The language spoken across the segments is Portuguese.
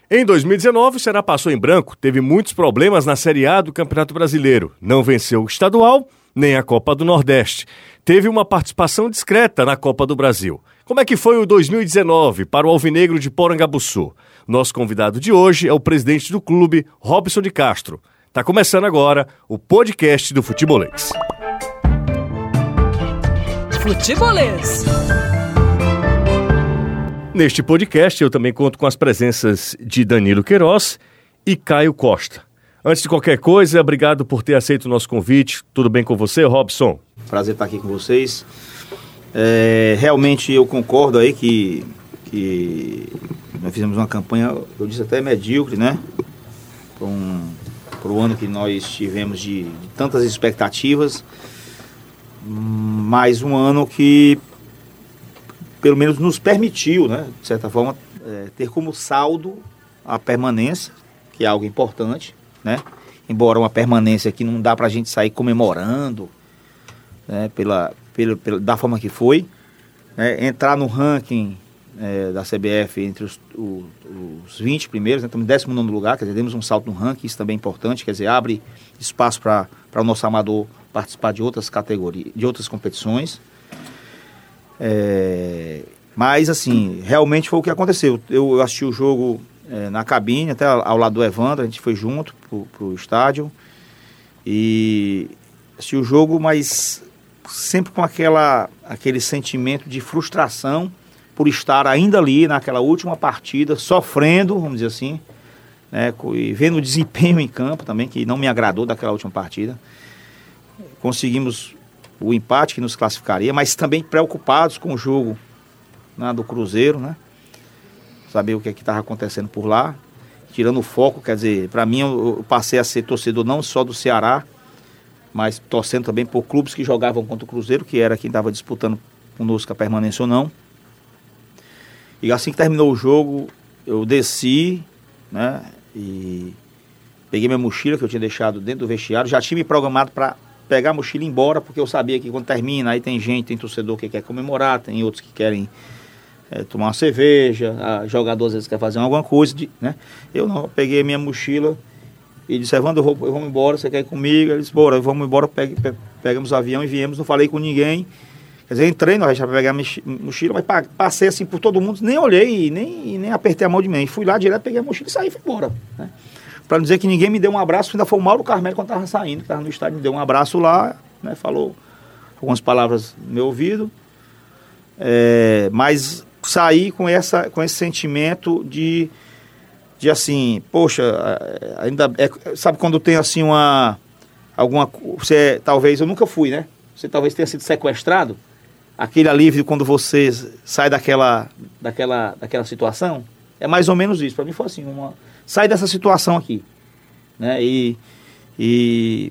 Em 2019, o Ceará passou em branco, teve muitos problemas na Série A do Campeonato Brasileiro. Não venceu o estadual, nem a Copa do Nordeste. Teve uma participação discreta na Copa do Brasil. Como é que foi o 2019 para o Alvinegro de Porangabuçu? Nosso convidado de hoje é o presidente do clube, Robson de Castro. Está começando agora o podcast do Futebolês. Futebolês. Neste podcast eu também conto com as presenças de Danilo Queiroz e Caio Costa. Antes de qualquer coisa, obrigado por ter aceito o nosso convite. Tudo bem com você, Robson? Prazer estar aqui com vocês. Realmente eu concordo aí que nós fizemos uma campanha, eu disse até medíocre, né? Para o ano que nós tivemos de tantas expectativas, mais um ano que pelo menos nos permitiu, né, de certa forma, ter como saldo a permanência, que é algo importante, né? Embora uma permanência que não dá para a gente sair comemorando, né, da forma que foi, né? Entrar no ranking da CBF entre os 20 primeiros, né? Estamos em 19º lugar, quer dizer, demos um salto no ranking, isso também é importante, quer dizer, abre espaço para o nosso amador participar de outras categorias, de outras competições. Mas assim, realmente foi o que aconteceu. Eu assisti o jogo na cabine, até ao lado do Evandro, a gente foi junto pro estádio e assisti o jogo, mas sempre com aquele sentimento de frustração por estar ainda ali naquela última partida, sofrendo, vamos dizer assim, né, e vendo o desempenho em campo também, que não me agradou daquela última partida. Conseguimos o empate que nos classificaria, mas também preocupados com o jogo, né, do Cruzeiro, né? Saber o que estava acontecendo por lá, tirando o foco, quer dizer, para mim eu passei a ser torcedor não só do Ceará, mas torcendo também por clubes que jogavam contra o Cruzeiro, que era quem estava disputando conosco a permanência ou não. E assim que terminou o jogo, eu desci, né, e peguei minha mochila que eu tinha deixado dentro do vestiário, já tinha me programado para pegar a mochila e ir embora, porque eu sabia que quando termina, aí tem torcedor que quer comemorar, tem outros que querem tomar uma cerveja, jogador às vezes quer fazer alguma coisa, né? Eu não, eu peguei a minha mochila e disse, Evandro, eu vou embora, você quer ir comigo? Ele disse, bora, vamos embora, pegamos o avião e viemos, não falei com ninguém. Quer dizer, entrei, nós já pegar a mochila, mas passei assim por todo mundo, nem olhei, nem apertei a mão de ninguém. Fui lá direto, peguei a mochila e saí e fui embora, né? Para não dizer que ninguém me deu um abraço, ainda foi o Mauro Carmelo quando estava saindo, que estava no estádio, me deu um abraço lá, né, falou algumas palavras no meu ouvido, mas saí com esse sentimento de assim, poxa, ainda sabe quando tem assim talvez, eu nunca fui, né, você talvez tenha sido sequestrado, aquele alívio quando você sai daquela situação, é mais ou menos isso, para mim foi assim, sai dessa situação aqui, né? E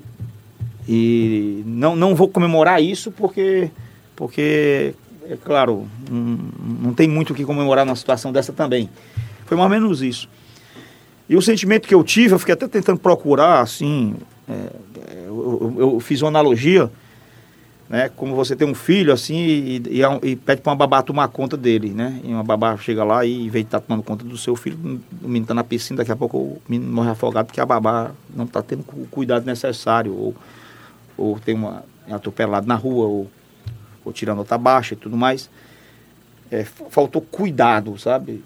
não vou comemorar isso porque é claro, não tem muito o que comemorar numa situação dessa também. Foi mais ou menos isso. E o sentimento que eu tive, eu fiquei até tentando procurar, assim, eu fiz uma analogia, né? Como você tem um filho, assim, e pede para uma babá tomar conta dele, né? E uma babá chega lá e, em vez de estar tomando conta do seu filho, o menino está na piscina, daqui a pouco o menino morre afogado porque a babá não está tendo o cuidado necessário, ou tem atropelado na rua, ou tirando nota baixa e tudo mais. Faltou cuidado, sabe?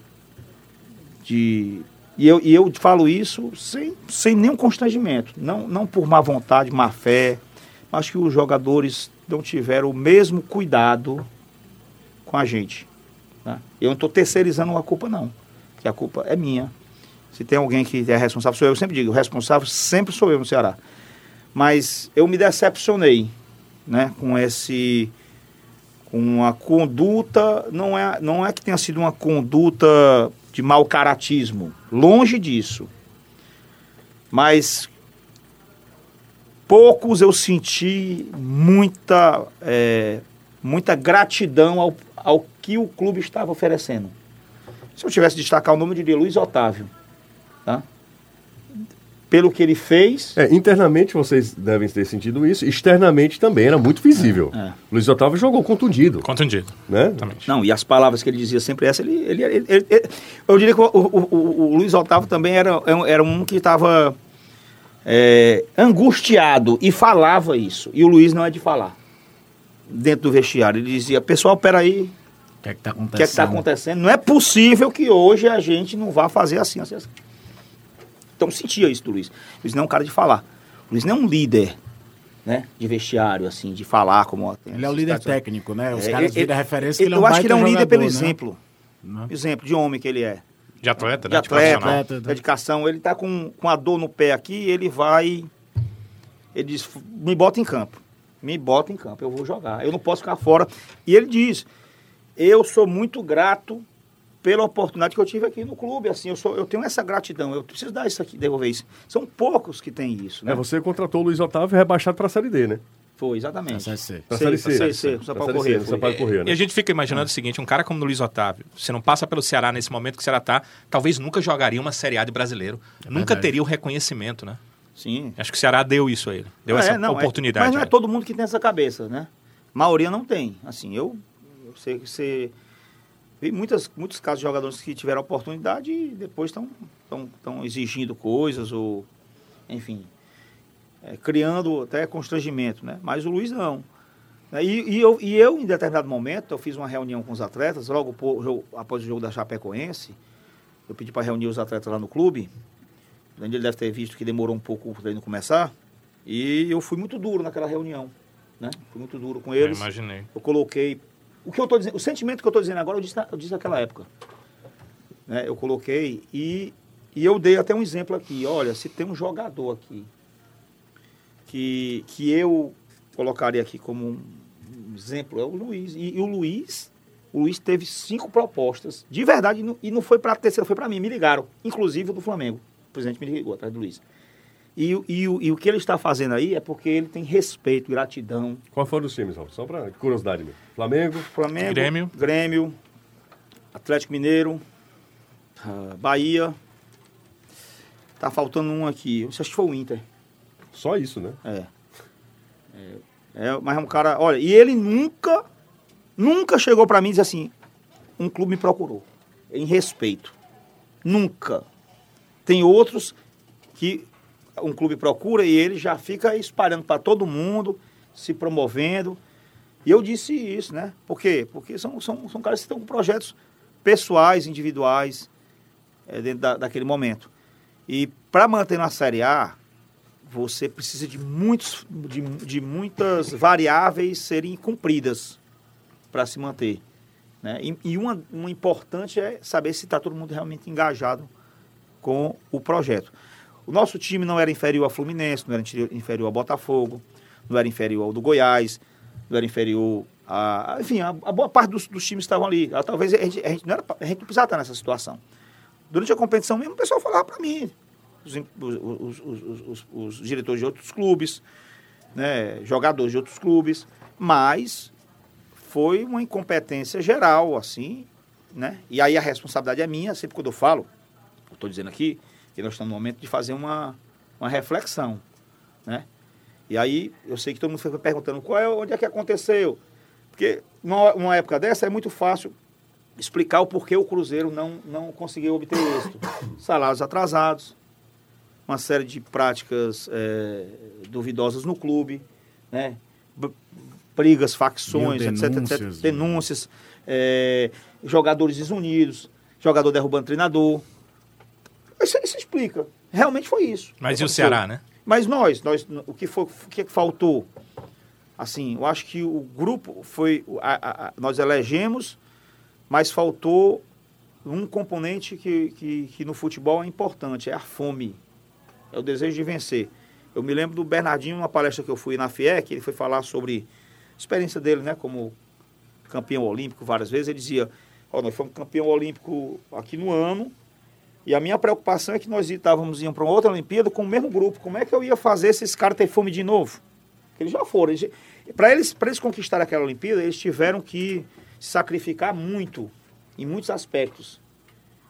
E eu falo isso sem nenhum constrangimento, não por má vontade, má fé. Acho que os jogadores não tiveram o mesmo cuidado com a gente, né? Eu não estou terceirizando a culpa, não, porque a culpa é minha. Se tem alguém que é responsável, sou eu. Eu sempre digo, o responsável sempre sou eu no Ceará. Mas eu me decepcionei, né, com a conduta, não é que tenha sido uma conduta de mau caratismo, longe disso, mas poucos eu senti muita gratidão ao que o clube estava oferecendo. Se eu tivesse de destacar o nome, eu diria Luiz Otávio, tá? pelo que ele fez. Internamente vocês devem ter sentido isso, externamente também era muito visível. Luiz Otávio jogou contundido. Né? Exatamente. Não, e as palavras que ele dizia sempre essa, eu diria que o Luiz Otávio também era um que estava angustiado e falava isso. E o Luiz não é de falar. Dentro do vestiário, ele dizia, pessoal, peraí, O que é que está acontecendo? o que é que está acontecendo? Não é possível que hoje a gente não vá fazer assim. Então sentia isso do Luiz. O Luiz não é um cara de falar. O Luiz não é um líder, né, de vestiário, assim, de falar como... Ele é o líder técnico, né? Os caras viram a referência que ele é um eu acho que ele é um baita líder pelo jogador, né? exemplo. Exemplo de homem que ele é. De atleta, De né? atleta, profissional. dedicação. Ele tá com a dor no pé aqui, ele vai... Ele diz, me bota em campo. Me bota em campo, eu vou jogar. Eu não posso ficar fora. E ele diz, eu sou muito grato pela oportunidade que eu tive aqui no clube. Assim, eu tenho essa gratidão. Eu preciso dar isso aqui, devolver isso. São poucos que têm isso, né? Você contratou o Luiz Otávio rebaixado para a Série D, né? Foi, exatamente. Pra Série C. Pra Série C. Só para correr. Só para correr, E né? a gente fica imaginando o seguinte, um cara como o Luiz Otávio, se não passa pelo Ceará nesse momento que o Ceará tá, talvez nunca jogaria uma Série A de brasileiro. Nunca teria o reconhecimento, né? Sim. Acho que o Ceará deu isso a ele. Deu essa oportunidade. Mas não a é ele. todo mundo que tem essa cabeça, né? A maioria não tem. Assim, eu sei que você... Vi muitos casos de jogadores que tiveram oportunidade e depois estão exigindo coisas ou, enfim, criando até constrangimento, né? Mas o Luiz não. E eu, em determinado momento, eu fiz uma reunião com os atletas, logo após o jogo da Chapecoense, eu pedi para reunir os atletas lá no clube, onde ele deve ter visto que demorou um pouco para ele começar, e eu fui muito duro naquela reunião, né? Fui muito duro com eles. Eu imaginei. Eu coloquei... O que eu tô dizendo, o sentimento que eu estou dizendo agora, eu disse naquela época. Né? Eu coloquei e eu dei até um exemplo aqui. Olha, se tem um jogador aqui que eu colocaria aqui como um exemplo, é o Luiz. E o Luiz teve 5 propostas, de verdade, e não foi para a terceira, foi para mim. Me ligaram, inclusive o do Flamengo. O presidente me ligou atrás do Luiz. E o que ele está fazendo aí é porque ele tem respeito, gratidão. Qual foram os times, Só para curiosidade mesmo. Flamengo, Grêmio, Atlético Mineiro, Bahia. Tá faltando um aqui. Eu acho que foi o Inter. só isso, né? Mas é um cara... Olha, e ele nunca chegou para mim e disse assim, um clube me procurou. Em respeito. Nunca. Tem outros que um clube procura e ele já fica espalhando para todo mundo, se promovendo. E eu disse isso, né? Por quê? Porque são caras que estão com projetos pessoais, individuais, dentro daquele momento. E para manter na Série A, você precisa de muitas variáveis serem cumpridas para se manter. Né? E uma importante é saber se está todo mundo realmente engajado com o projeto. O nosso time não era inferior ao Fluminense, não era inferior ao Botafogo, não era inferior ao do Goiás, não era inferior a... Enfim, a boa parte dos times estavam ali. Talvez a gente não precisava estar nessa situação. Durante a competição mesmo, o pessoal falava para mim, os diretores de outros clubes, né, jogadores de outros clubes, mas foi uma incompetência geral, assim, né? E aí a responsabilidade é minha, sempre quando eu falo, eu estou dizendo aqui, que nós estamos no momento de fazer uma reflexão, né? E aí, eu sei que todo mundo foi perguntando, onde é que aconteceu? Porque numa época dessa é muito fácil explicar o porquê o Cruzeiro não conseguiu obter êxito. Salários atrasados, uma série de práticas duvidosas no clube, né? Brigas, facções, etc. Denúncias, jogadores desunidos, jogador derrubando treinador. Isso explica. Realmente foi isso. Mas e o Ceará, né? Mas nós o que faltou? Assim, eu acho que o grupo foi... nós elegemos, mas faltou um componente que no futebol é importante, é a fome. É o desejo de vencer. Eu me lembro do Bernardinho, numa palestra que eu fui na FIEC, ele foi falar sobre a experiência dele, né, como campeão olímpico várias vezes. Ele dizia, nós fomos campeão olímpico aqui no ano, e a minha preocupação é que nós indo para uma outra Olimpíada com o mesmo grupo. Como é que eu ia fazer esses caras ter fome de novo? Eles já foram. Para eles conquistarem aquela Olimpíada, eles tiveram que se sacrificar muito, em muitos aspectos.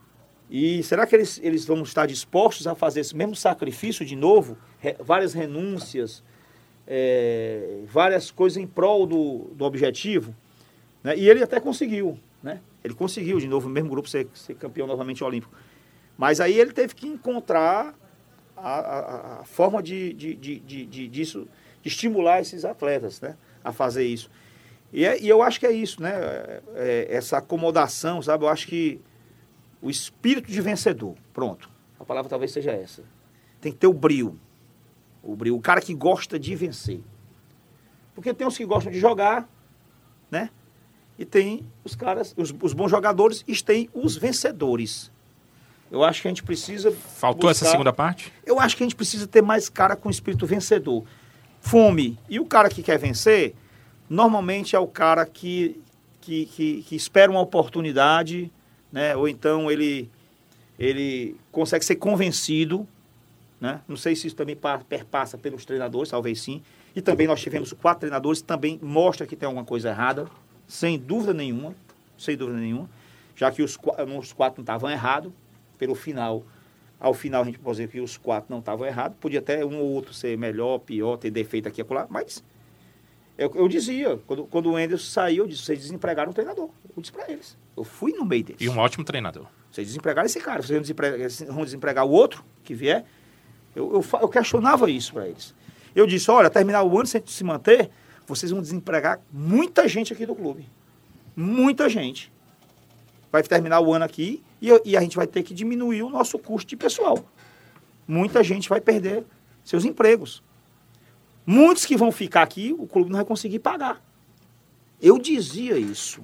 E será que eles vão estar dispostos a fazer esse mesmo sacrifício de novo? Várias renúncias, várias coisas em prol do objetivo? Né? E ele até conseguiu, né? Ele conseguiu de novo, no mesmo grupo, ser campeão novamente olímpico. Mas aí ele teve que encontrar a forma disso, de estimular esses atletas, né? A fazer isso. E eu acho que é isso, né? Essa acomodação, sabe? Eu acho que o espírito de vencedor, pronto. A palavra talvez seja essa. Tem que ter o brio. O cara que gosta de vencer. Porque tem os que gostam de jogar, né? E tem os caras, os bons jogadores, e tem os vencedores. Eu acho que a gente precisa... Faltou essa segunda parte? Eu acho que a gente precisa ter mais cara com espírito vencedor. Fome. E o cara que quer vencer, normalmente é o cara que espera uma oportunidade, né? Ou então ele consegue ser convencido, né? Não sei se isso também perpassa pelos treinadores, talvez sim. E também nós tivemos 4 treinadores, também mostra que tem alguma coisa errada, sem dúvida nenhuma, já que os 4 não estavam errados. Ao final a gente pode dizer que os 4 não estavam errados, podia até um ou outro ser melhor, pior, ter defeito aqui e acolá, mas eu dizia, quando o Wendel saiu, eu disse, vocês desempregaram o treinador. Eu disse para eles, eu fui no meio deles. E um ótimo treinador. Vocês desempregaram esse cara, vocês vão desempregar o outro que vier. Eu questionava isso para eles. Eu disse, olha, terminar o ano sem se manter, vocês vão desempregar muita gente aqui do clube. Muita gente. Vai terminar o ano aqui e a gente vai ter que diminuir o nosso custo de pessoal. Muita gente vai perder seus empregos. Muitos que vão ficar aqui, o clube não vai conseguir pagar. Eu dizia isso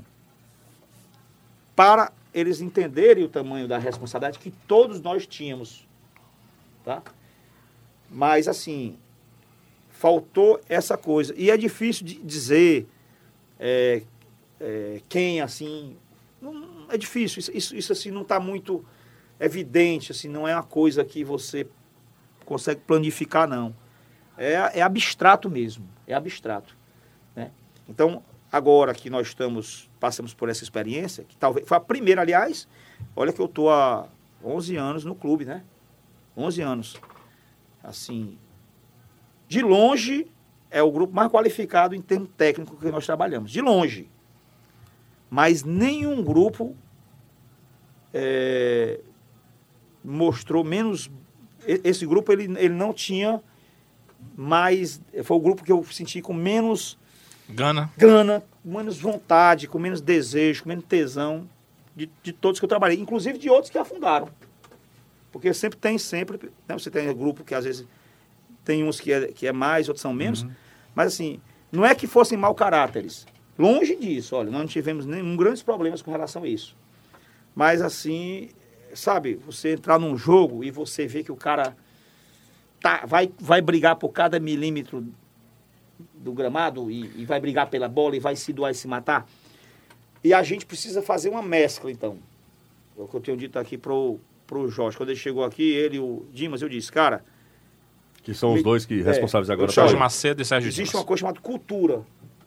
para eles entenderem o tamanho da responsabilidade que todos nós tínhamos. Tá? Mas, assim, faltou essa coisa. E é difícil de dizer quem, assim... É difícil. Isso assim, não está muito evidente. Assim, não é uma coisa que você consegue planificar, não. É abstrato mesmo. É abstrato. Né? Então, agora que nós passamos por essa experiência, que talvez foi a primeira, aliás, olha que eu estou há 11 anos no clube, né? 11 anos. Assim, de longe, é o grupo mais qualificado em termos técnicos que nós trabalhamos. De longe. Mas nenhum grupo mostrou menos... Esse grupo, ele não tinha mais... Foi o grupo que eu senti com menos... Gana, com menos vontade, com menos desejo, com menos tesão de todos que eu trabalhei. Inclusive de outros que afundaram. Porque sempre tem, né, você tem um grupo que às vezes tem uns que é mais, outros são menos. Uhum. Mas assim, não é que fossem mau caráteres. Longe disso, olha, nós não tivemos nenhum grandes problemas com relação a isso. Mas assim, sabe, você entrar num jogo e você vê que o cara vai brigar por cada milímetro do gramado e vai brigar pela bola e vai se doar e se matar. E a gente precisa fazer uma mescla, então. É o que eu tenho dito aqui pro Jorge. Quando ele chegou aqui, ele e o Dimas, eu disse, cara... Que são os dois que responsáveis agora. Jorge Macedo e Sérgio Dimas. Existe uma coisa chamada cultura.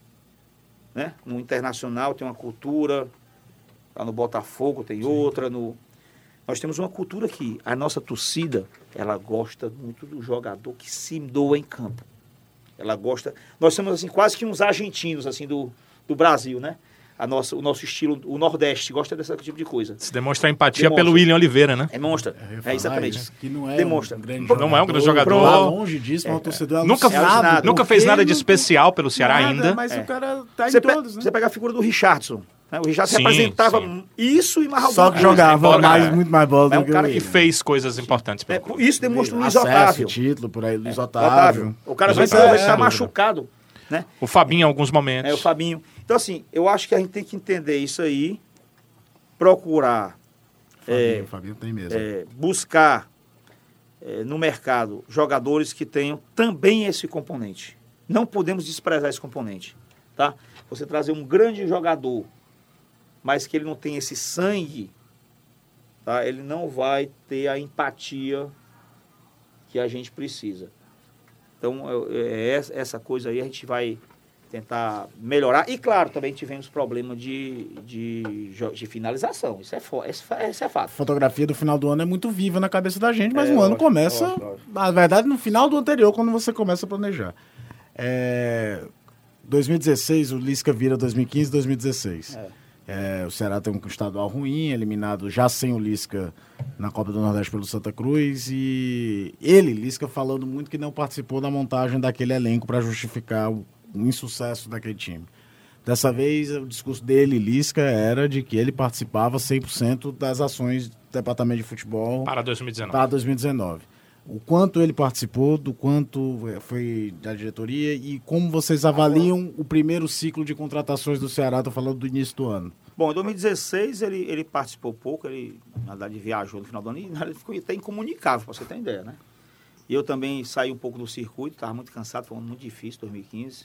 Né? No Internacional tem uma cultura, lá no Botafogo tem outra, nós temos uma cultura aqui. A nossa torcida, ela gosta muito do jogador que se doa em campo. Ela gosta... Nós somos assim, quase que uns argentinos assim, do Brasil, né? O nosso estilo, o Nordeste, gosta desse tipo de coisa. Se demonstra empatia pelo William Oliveira, né? Demonstra. Exatamente isso. Que não é demonstra. Um grande não é um grande jogador. Longe disso, mas o torcedor nunca fez nada de especial pelo Ceará ainda. Mas o cara tá em todos, né? Você pega a figura do Richardson. Né? O Richardson representava isso e mais alguma Só que jogava muito mais bola do que o cara que fez coisas importantes. Isso demonstra o Luiz Otávio. Título por aí, Luiz Otávio. O cara vai estar machucado. Né? O Fabinho em alguns momentos. O Fabinho. Então, assim, eu acho que a gente tem que entender isso aí, procurar Fabinho tem mesmo. Buscar no mercado jogadores que tenham também esse componente. Não podemos desprezar esse componente. Tá? Você trazer um grande jogador, mas que ele não tem esse sangue, tá? Ele não vai ter a empatia que a gente precisa. Então, essa coisa aí a gente vai tentar melhorar. E, claro, também tivemos problema de finalização. Isso é fato. A fotografia do final do ano é muito viva na cabeça da gente, mas o ano lógico, começa, lógico. na verdade, no final do anterior, quando você começa a planejar. 2016, o Lisca vira 2015, 2016. O Ceará tem um estadual ruim, eliminado já sem o Lisca na Copa do Nordeste pelo Santa Cruz, e ele, Lisca, falando muito que não participou da montagem daquele elenco para justificar o insucesso daquele time. Dessa vez, o discurso dele, Lisca, era de que ele participava 100% das ações do Departamento de Futebol para 2019. Para 2019. O quanto ele participou, do quanto foi da diretoria e como vocês avaliam o primeiro ciclo de contratações do Ceará, estou falando do início do ano. Bom, em 2016 ele participou pouco, ele na verdade viajou no final do ano e ele ficou até incomunicável, para você ter ideia, né? E eu também saí um pouco do circuito, estava muito cansado, foi um ano muito difícil, 2015.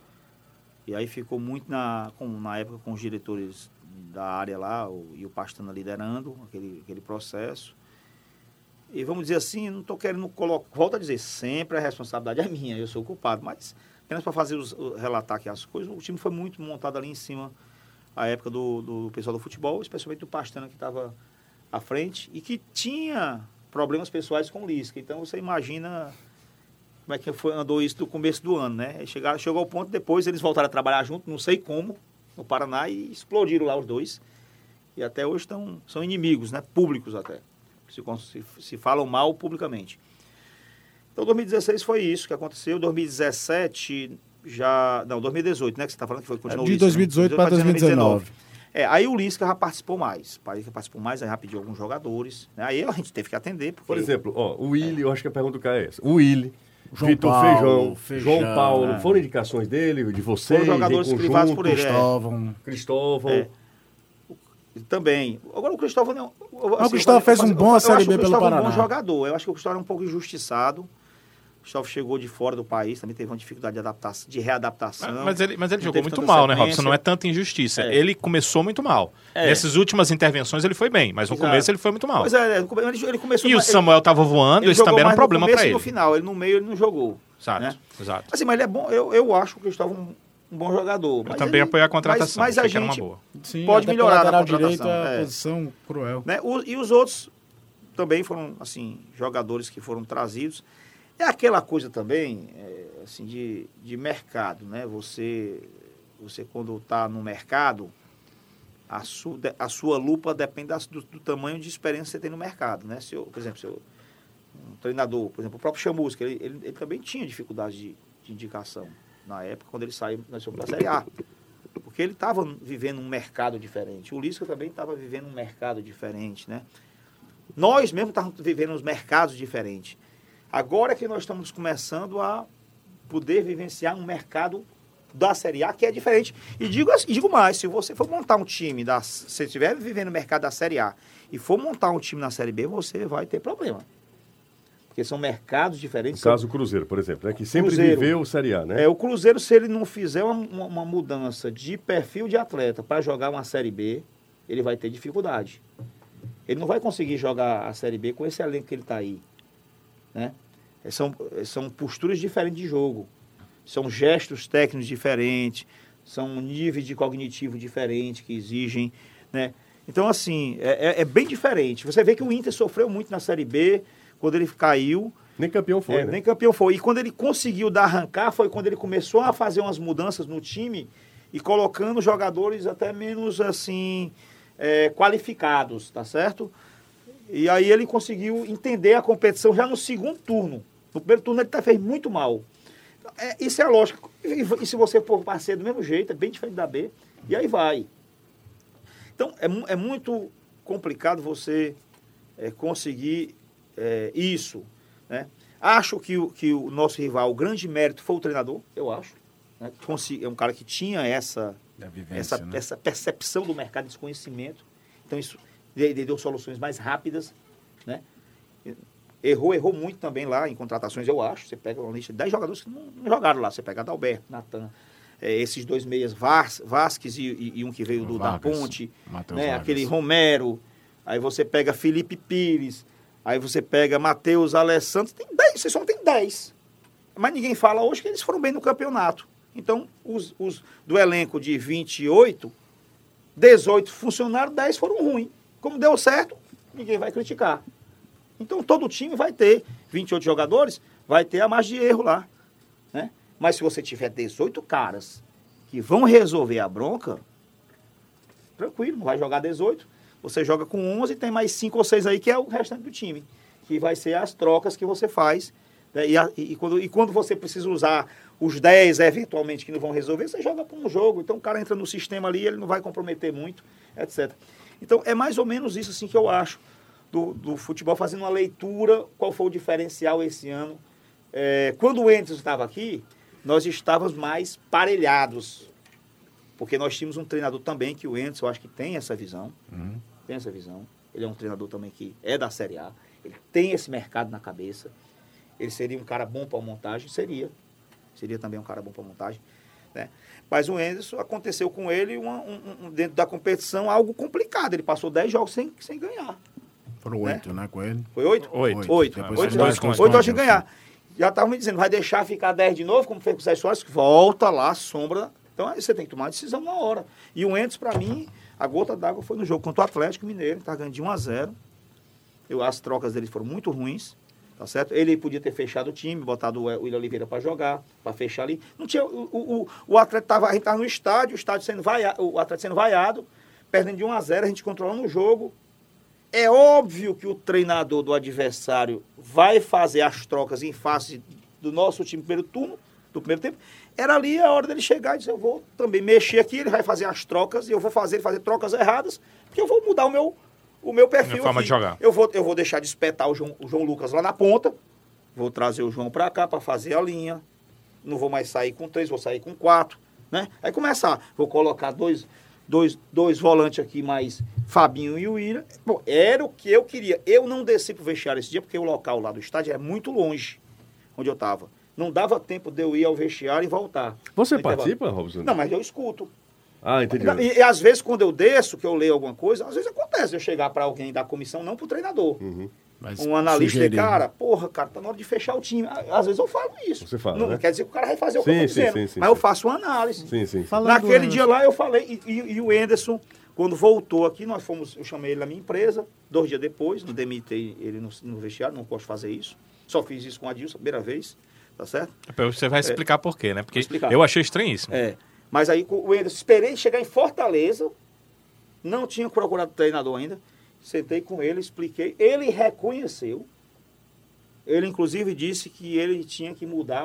E aí ficou muito na época com os diretores da área lá, e o Pastana liderando aquele processo. E vamos dizer assim, não estou querendo colocar, volto a dizer, sempre a responsabilidade é minha, eu sou o culpado, mas apenas para relatar aqui as coisas, o time foi muito montado ali em cima, a época do pessoal do futebol, especialmente do Pastana que estava à frente e que tinha problemas pessoais com o Lisca. Então você imagina como é que andou isso do começo do ano, né? Chegou ao ponto, depois eles voltaram a trabalhar junto, não sei como, no Paraná, e explodiram lá os dois. E até hoje são inimigos, né? Públicos até. Se falam mal publicamente. Então, 2016 foi isso que aconteceu. 2017 2018, né? Que você está falando que foi continuou de 2018 para 2019. Aí o Lisca já participou mais. Aí já pediu alguns jogadores. Né? Aí a gente teve que atender. Porque... Por exemplo, o Willi, eu acho que a pergunta do cara é essa. O Willi, Vitor Feijão, João Paulo, foram indicações dele, de vocês? Foram jogadores privados por ele. Cristóvão. Também. Agora o Cristóvão não. O Cristóvão fez um bom Série B pelo Paraná. Um bom jogador. Eu acho que o Cristóvão é um pouco injustiçado. O Cristóvão chegou de fora do país, também teve uma dificuldade de readaptação. Mas ele jogou muito mal, né, Robson? Não é tanta injustiça. Ele começou muito mal. Nessas últimas intervenções ele foi bem, mas no começo ele foi muito mal. Pois ele começou. E o Samuel estava voando, esse também era um problema para ele. No final, no meio ele não jogou. Exato. Assim, mas ele é bom. Eu acho o Cristóvão um bom jogador. Eu também apoio a contratação. Mas a gente uma boa. Sim, pode melhorar na contratação. Direito, a posição cruel. Né? E os outros também foram, assim, jogadores que foram trazidos. É aquela coisa também, assim, de mercado, né? Você quando está no mercado, a sua lupa depende do tamanho de experiência que você tem no mercado, né? Por exemplo, um treinador, por exemplo, o próprio Chamusca, ele também tinha dificuldade de indicação na época, quando ele saiu da Série A. Porque ele estava vivendo um mercado diferente. O Lisca também estava vivendo um mercado diferente, né? Nós mesmo estávamos vivendo uns mercados diferentes. Agora é que nós estamos começando a poder vivenciar um mercado da Série A que é diferente. E digo mais, se você for montar um time, se você estiver vivendo o mercado da Série A e for montar um time na Série B, você vai ter problema. Porque são mercados diferentes. No caso, o Cruzeiro, por exemplo, né? Que sempre viveu o Série A, né? O Cruzeiro, se ele não fizer uma mudança de perfil de atleta para jogar uma Série B, ele vai ter dificuldade. Ele não vai conseguir jogar a Série B com esse elenco que ele está aí, né? São posturas diferentes de jogo, são gestos técnicos diferentes, são níveis de cognitivo diferentes que exigem, né? Então, assim, é bem diferente. Você vê que o Inter sofreu muito na Série B, quando ele caiu. Nem campeão foi, né? Nem campeão foi. E quando ele conseguiu arrancar, foi quando ele começou a fazer umas mudanças no time e colocando jogadores até menos, assim, qualificados, tá certo? E aí ele conseguiu entender a competição já no segundo turno. No primeiro turno ele fez muito mal. Isso é lógico. E se você for parceiro do mesmo jeito, é bem diferente da B, e aí vai. Então, é muito complicado você conseguir isso, né? Acho que o nosso rival, o grande mérito foi o treinador, eu acho. Né? É um cara que tinha essa percepção do mercado, esse conhecimento. Então, isso ele deu soluções mais rápidas, né? Errou muito também lá em contratações, eu acho. Você pega uma lista de 10 jogadores que não jogaram lá. Você pega Adalberto, Natan, esses dois meias, Vasquez e um que veio da Ponte, né? Aquele Romero. Aí você pega Felipe Pires, aí você pega Matheus Alessandro. Tem 10, você só tem 10. Mas ninguém fala hoje que eles foram bem no campeonato. Então, do elenco de 28, 18 funcionaram, 10 foram ruins. Como deu certo, ninguém vai criticar. Então, todo time vai ter 28 jogadores, vai ter a margem de erro lá, né? Mas se você tiver 18 caras que vão resolver a bronca, tranquilo, não vai jogar 18. Você joga com 11 e tem mais 5 ou 6 aí que é o restante do time, que vai ser as trocas que você faz, né? Quando você precisa usar os 10 eventualmente que não vão resolver, você joga para um jogo. Então o cara entra no sistema ali, ele não vai comprometer muito, etc. Então é mais ou menos isso assim que eu acho do futebol, fazendo uma leitura, qual foi o diferencial esse ano. Quando o Enderson estava aqui, nós estávamos mais parelhados, porque nós tínhamos um treinador também, que o Enderson, eu acho que tem essa visão, tem essa visão. Ele é um treinador também que é da Série A, ele tem esse mercado na cabeça, ele seria um cara bom para montagem, seria também um cara bom para montagem, né? Mas o Enderson, aconteceu com ele dentro da competição algo complicado, ele passou 10 jogos sem ganhar. Foram 8, né, com ele? Foi 8? 8. Depois 8 foram 8 acho que ganhar. Já estavam me dizendo, vai deixar ficar 10 de novo, como fez com o Zé Soares, volta lá, sombra. Então aí você tem que tomar uma decisão na hora. E o Enderson, para mim, a gota d'água foi no jogo contra o Atlético Mineiro, tá ganhando de 1-0. As trocas dele foram muito ruins, tá certo? Ele podia ter fechado o time, botado o William Oliveira para jogar, para fechar ali. Não tinha, o Atlético a gente estava no estádio, o Atlético sendo vaiado, perdendo de 1-0, a gente controlando o jogo. É óbvio que o treinador do adversário vai fazer as trocas em face do nosso time no primeiro turno, do primeiro tempo. Era ali a hora dele chegar e dizer, eu vou também mexer aqui, ele vai fazer as trocas, e eu vou fazer trocas erradas, porque eu vou mudar o meu perfil. Minha forma de jogar. Eu vou deixar de espetar o João Lucas lá na ponta, vou trazer o João para cá para fazer a linha, não vou mais sair com 3, vou sair com 4, né? Aí começar, vou colocar dois volantes aqui, mais Fabinho e o William. Bom, era o que eu queria. Eu não desci pro vestiário esse dia, porque o local lá do estádio é muito longe, onde eu estava. Não dava tempo de eu ir ao vestiário e voltar. Você participa, Robson? Não, mas eu escuto. Ah, entendi. E às vezes, quando eu desço, que eu leio alguma coisa, às vezes acontece eu chegar para alguém da comissão, não pro treinador. Um analista, cara, tá na hora de fechar o time. Às vezes eu falo isso. Você fala, não né? Quer dizer que o cara vai fazer o que eu tô dizendo. Sim, mas eu faço uma análise. Sim. Naquele dia lá eu falei, e o Enderson, quando voltou aqui, eu chamei ele na minha empresa, 2 dias depois, não demitei ele no vestiário, não posso fazer isso. Só fiz isso com a Adilson, primeira vez, tá certo? Você vai explicar por quê, né? Porque eu achei estranhíssimo. Mas aí o Enderson, esperei chegar em Fortaleza, não tinha procurado treinador ainda, sentei com ele, expliquei, ele reconheceu, ele inclusive disse que ele tinha que mudar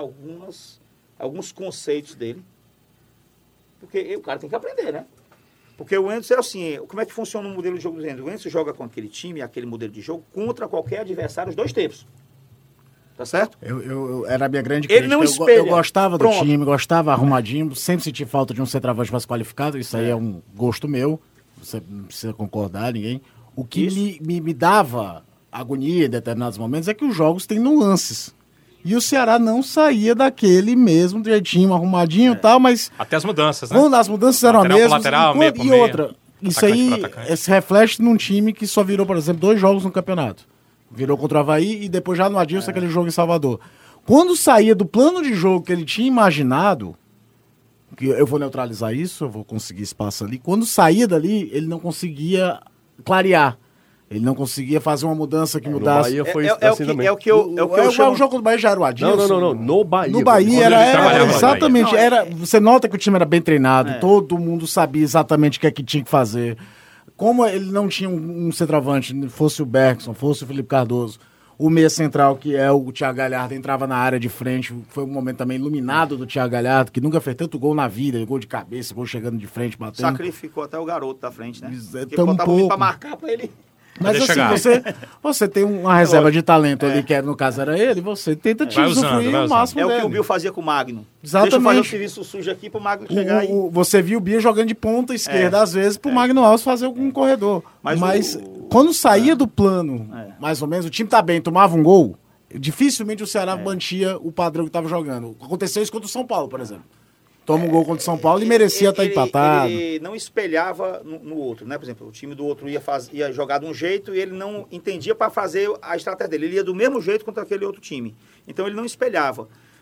alguns conceitos dele, porque o cara tem que aprender, né? Porque o Enderson é assim, como é que funciona o modelo de jogo do Enderson? O Enderson joga com aquele time, aquele modelo de jogo, contra qualquer adversário os 2 tempos. Tá certo? Eu era a minha grande crítica. Ele não espelha. Eu gostava do time, gostava arrumadinho, sempre senti falta de um centroavante mais qualificado, isso aí é um gosto meu, você não precisa concordar, ninguém. O que me dava agonia em determinados momentos é que os jogos têm nuances. E o Ceará não saía daquele mesmo jeitinho, arrumadinho e tal, mas... Até as mudanças, né? Quando as mudanças eram as mesmas. Lateral, meio por e meio, outra, isso aí se reflete num time que só virou, por exemplo, 2 jogos no campeonato. Virou contra o Avaí e depois já no Adilson, aquele jogo em Salvador. Quando saía do plano de jogo que ele tinha imaginado, que eu vou neutralizar isso, eu vou conseguir espaço ali, quando saía dali, ele não conseguia clarear. Ele não conseguia fazer uma mudança que mudasse. No Bahia foi assim também. É o que eu chamo... O jogo do Bahia já era o Adilson. Não. No Bahia. No Bahia era exatamente. Bahia. Você nota que o time era bem treinado, todo mundo sabia exatamente o que é que tinha que fazer. Como ele não tinha um centroavante, fosse o Bergson, fosse o Felipe Cardoso, o meia central, que é o Thiago Galhardo, entrava na área de frente, foi um momento também iluminado do Thiago Galhardo, que nunca fez tanto gol na vida, gol de cabeça, gol chegando de frente, batendo. Sacrificou até o garoto da frente, né? Porque tão botava pouco pra marcar pra ele... Mas assim, você tem uma reserva de talento ali, que no caso era ele, você tenta te usufruir o máximo dele. É o que o Bill fazia com o Magno. Exatamente. Deixa eu fazer o serviço sujo aqui pro Magno chegar aí. Você viu o Bill jogando de ponta esquerda, às vezes, pro Magno Alves fazer um corredor. Mas quando saía do plano, mais ou menos, o time tá bem, tomava um gol, dificilmente o Ceará mantinha o padrão que tava jogando. Aconteceu isso contra o São Paulo, por exemplo. Toma um gol contra o São Paulo e merecia estar empatado. Ele não espelhava no outro, né? Por exemplo, o time do outro ia jogar de um jeito e ele não entendia para fazer a estratégia dele. Ele ia do mesmo jeito contra aquele outro time. Então ele não espelhava.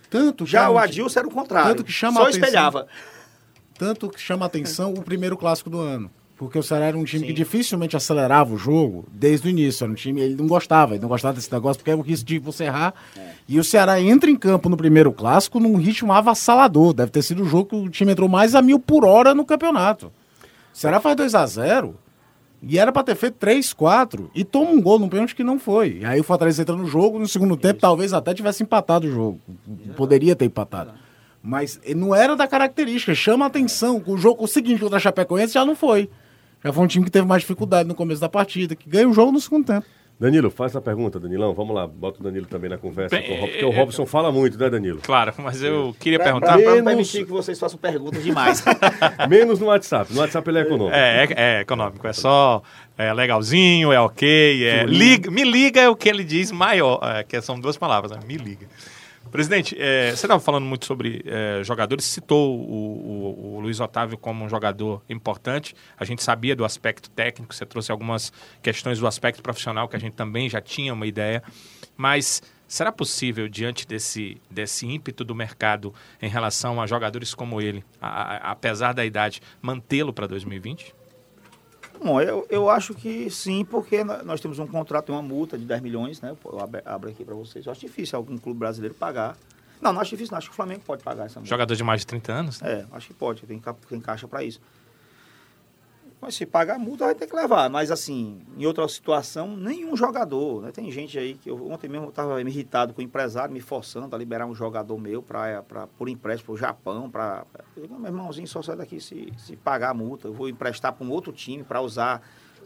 Já o Adilson era o contrário. Tanto que chama só a atenção. espelhava. Tanto que chama a atenção o primeiro clássico do ano. Porque o Ceará era um time que dificilmente acelerava o jogo desde o início. Era um time, ele não gostava desse negócio, porque é o risco de você errar. E o Ceará entra em campo no primeiro clássico num ritmo avassalador. Deve ter sido o jogo que o time entrou mais a 1.000 por hora no campeonato. O Ceará faz 2-0 e era pra ter feito 3-4 e toma um gol num pênalti que não foi. E aí o Fortaleza entra no jogo, no segundo tempo talvez até tivesse empatado o jogo. Poderia ter empatado. Mas não era da característica, chama a atenção. O jogo, o seguinte contra a Chapecoense já não foi. Já foi um time que teve mais dificuldade no começo da partida, que ganha o jogo no segundo tempo. Danilo, faz a pergunta, Danilão. Vamos lá, bota o Danilo também na conversa. Porque o Robson fala muito, né, Danilo? Claro, mas eu queria perguntar... Pra não permitir que vocês façam perguntas demais. Menos no WhatsApp. No WhatsApp ele é econômico. É econômico. É só legalzinho, é ok. Me liga é o que ele diz maior. Que são 2 palavras, né? Me liga. Presidente, você estava falando muito sobre jogadores, citou o Luiz Otávio como um jogador importante. A gente sabia do aspecto técnico, você trouxe algumas questões do aspecto profissional que a gente também já tinha uma ideia. Mas será possível, diante desse ímpeto do mercado em relação a jogadores como ele, apesar da idade, mantê-lo para 2020? Bom, eu acho que sim, porque nós temos um contrato e uma multa de 10 milhões, né? Eu abro aqui para vocês. Eu acho difícil algum clube brasileiro pagar. Não acho difícil, não. Acho que o Flamengo pode pagar essa multa. Jogador de mais de 30 anos? Acho que pode. Tem caixa para isso. Mas se pagar a multa, vai ter que levar. Mas, assim, em outra situação, nenhum jogador, né? Tem gente aí que... Ontem mesmo eu estava me irritado com o empresário, me forçando a liberar um jogador meu por empréstimo para o Japão. Eu digo, meu irmãozinho, só sai daqui se pagar a multa. Eu vou emprestar para um outro time para usar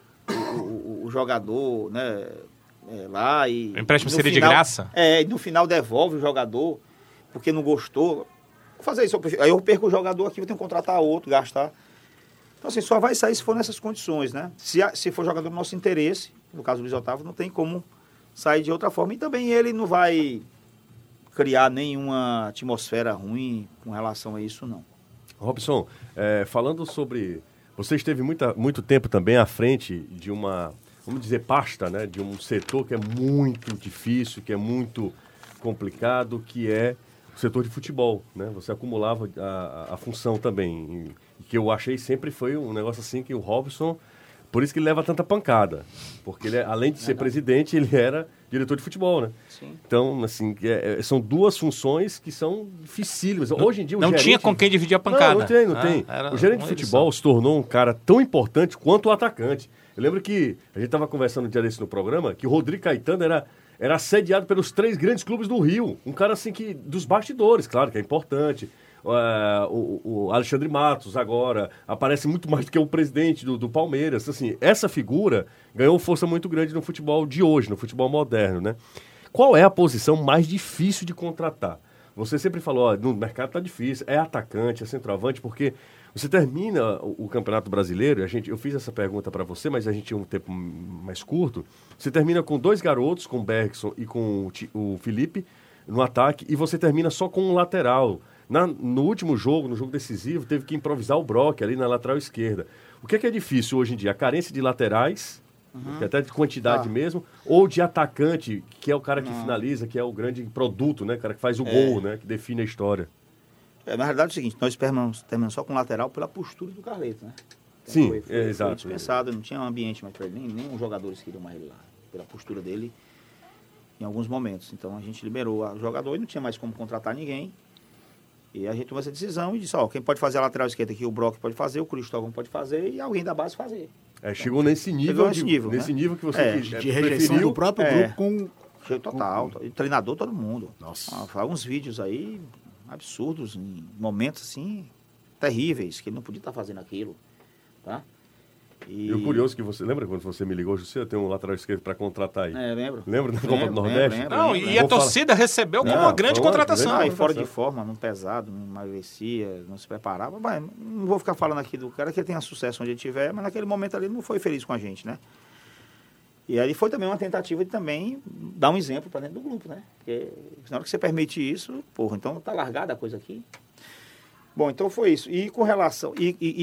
o jogador, né? Lá e... O empréstimo seria de graça? E no final devolve o jogador, porque não gostou. Vou fazer isso. Aí eu perco o jogador aqui, vou ter que contratar outro, gastar... Então, assim, só vai sair se for nessas condições, né? Se for jogador do nosso interesse, no caso do Luiz Otávio, não tem como sair de outra forma. E também ele não vai criar nenhuma atmosfera ruim com relação a isso, não. Robson, falando sobre... Você esteve muito tempo também à frente de uma, vamos dizer, pasta, né? De um setor que é muito difícil, que é muito complicado, que é o setor de futebol, né? Você acumulava a função também, que eu achei sempre foi um negócio assim que o Robson, por isso que ele leva tanta pancada, porque ele, além de ser presidente, ele era diretor de futebol, né? Sim. Então, assim, são 2 funções que são dificílimas. Hoje em dia, não tinha com quem dividir a pancada. Não tem. O gerente de futebol se tornou um cara tão importante quanto o atacante. Eu lembro que a gente estava conversando um dia desse no programa, que o Rodrigo Caetano era assediado pelos 3 grandes clubes do Rio. Um cara, assim, que dos bastidores, claro, que é importante. O Alexandre Matos agora aparece muito mais do que o presidente do Palmeiras. Assim, essa figura ganhou força muito grande no futebol de hoje, no futebol moderno, né? Qual é a posição mais difícil de contratar? Você sempre falou, no mercado tá difícil, é atacante, é centroavante, porque você termina o Campeonato Brasileiro, eu fiz essa pergunta para você, mas a gente tinha um tempo mais curto. Você termina com 2 garotos, com o Bergson e com o Felipe, no ataque, e você termina só com um lateral. No último jogo, no jogo decisivo, teve que improvisar o Brock ali na lateral esquerda. O que é difícil hoje em dia? A carência de laterais, que até de quantidade mesmo, ou de atacante, que é o cara que finaliza, que é o grande produto, né? O cara que faz o gol, né? Que define a história. Na verdade é o seguinte, nós terminamos só com lateral pela postura do Carleto, né? Então, Sim, foi exato. dispensado, não tinha um ambiente mais para ele, nem os jogadores queriam mais ele lá, pela postura dele em alguns momentos. Então a gente liberou o jogador e não tinha mais como contratar ninguém. E a gente tomou essa decisão e disse, quem pode fazer a lateral esquerda aqui, o Brock pode fazer, o Cristóvão pode fazer e alguém da base fazer. Chegou nesse nível, nesse nível que você de rejeição do próprio grupo com... Total, treinador todo mundo. Nossa. Faz uns vídeos aí absurdos, em momentos assim, terríveis, que ele não podia estar fazendo aquilo, tá? E o curioso que você... Lembra quando você me ligou, José, eu tenho um lateral esquerdo para contratar aí? Lembro. Lembra da Copa do Nordeste? Lembro. E a torcida recebeu como uma grande contratação. E fora de forma, não pesado, não emagrecia, não se preparava. Mas não vou ficar falando aqui do cara que ele tenha sucesso onde ele estiver, mas naquele momento ali ele não foi feliz com a gente, né? E aí foi também uma tentativa de também dar um exemplo para dentro do grupo, né? Porque na hora que você permite isso, então tá largada a coisa aqui. Bom, então foi isso. E com relação...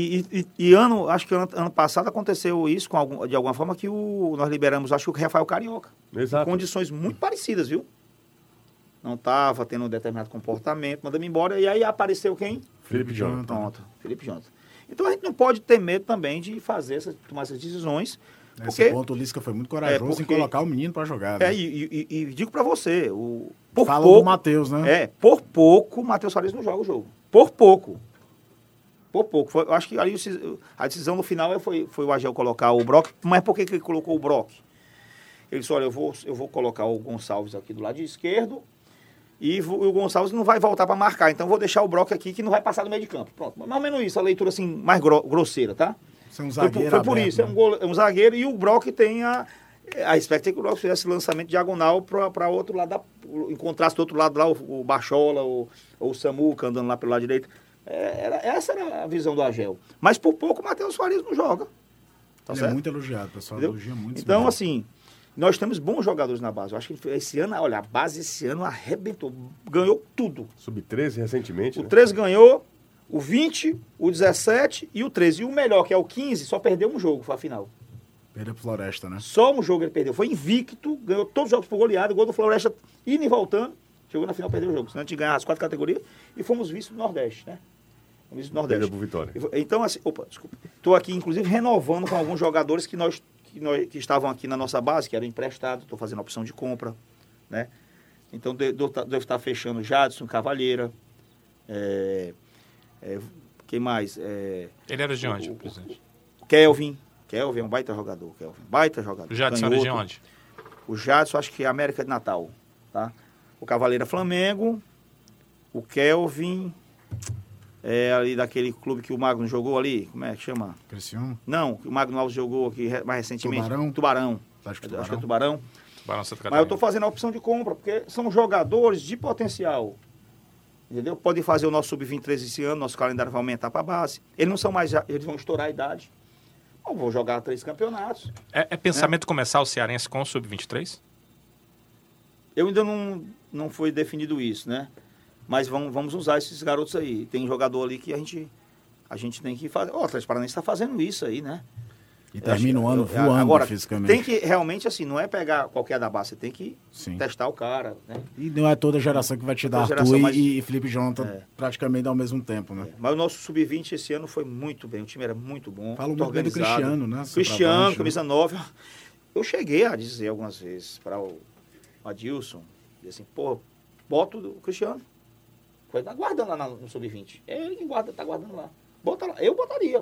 acho que ano passado aconteceu isso de alguma forma que nós liberamos, acho que o Rafael Carioca. Exato. Condições muito parecidas, viu? não estava tendo um determinado comportamento, mandamos embora, e aí apareceu quem? Felipe Jonathan. Pronto, Felipe Jonathan. Então a gente não pode ter medo também de tomar essas decisões. Nesse ponto o Lisca foi muito corajoso em colocar o menino para jogar. Né? E digo para você, Fala do Matheus, né? Por pouco o Matheus Farias não joga o jogo. Por pouco. Eu acho que ali a decisão no final foi o Agel colocar o Brock. Mas por que ele colocou o Brock? Ele disse, olha, eu vou colocar o Gonçalves aqui do lado esquerdo e o Gonçalves não vai voltar para marcar. Então vou deixar o Brock aqui que não vai passar do meio de campo. Pronto. Mais ou menos isso, a leitura assim mais grosseira, tá? Você é um zagueiro foi por aberto, isso, né? é um zagueiro e o Brock tem a expectativa que o Brock fizesse lançamento diagonal para outro lado, encontrasse do outro lado lá o Bachola ou o Samuca andando lá pelo lado direito. Essa era a visão do Agel. Mas por pouco o Matheus Farias não joga. Tá Ele certo? é muito elogiado, pessoal. Entendeu? Elogia muito. Então, assim, nós temos bons jogadores na base. Eu acho que esse ano, olha, a base esse ano arrebentou. Ganhou tudo. Sub-13 recentemente, O né? 13 ganhou, o 20, o 17 e o 13. E o melhor, que é o 15, só perdeu um jogo, foi a final. Perdeu pro Floresta, né? Só um jogo ele perdeu. Foi invicto, ganhou todos os jogos por goleada, gol do Floresta indo e voltando. Chegou na final, perdeu o jogo. Senão a gente ganhava as 4 categorias e fomos vice do Nordeste, né? Fomos vice do Nordeste. Perdeu pro Vitória. Então, assim, desculpa. Estou aqui, inclusive, renovando com alguns jogadores que estavam aqui na nossa base, que eram emprestados. Estou fazendo opção de compra, né? Então, devo estar fechando Jadson, Cavalheira. Quem mais? Ele era de onde, presidente? Kelvin é um baita jogador. Baita jogador. O Jadson era de onde? O Jadson, acho que é América de Natal, tá? O Cavaleiro é Flamengo. O Kelvin é ali daquele clube que o Magno jogou ali. Como é que chama? Criciúma? Não, que o Magno Alves jogou aqui mais recentemente. Tubarão. Acho que é Tubarão. Tubarão Santa Mas Catarina. eu estou fazendo a opção de compra, porque são jogadores de potencial. Entendeu? Podem fazer o nosso Sub-23 esse ano, nosso calendário vai aumentar para a base. Eles não são mais, eles vão estourar a idade. Ou vão jogar 3 campeonatos. É pensamento começar o Cearense com o Sub-23? Eu ainda não foi definido isso, né? Mas vamos usar esses garotos aí. Tem jogador ali que a gente tem que fazer. O Atlético Paranaense está fazendo isso aí, né? E termina o ano voando agora, fisicamente. Tem que realmente, assim, não é pegar qualquer da base, você tem que testar o cara, né? E não é toda geração que vai te dar Arthur e Felipe Jonathan praticamente ao mesmo tempo, né? Mas o nosso Sub-20 esse ano foi muito bem, o time era muito bom. Fala muito bem do Cristiano, né? Cristiano, camisa 9. Eu cheguei a dizer algumas vezes para o Adilson, assim, bota o Cristiano. Foi aguardando lá no Sub-20. É ele que tá guardando lá. Bota lá. Eu botaria.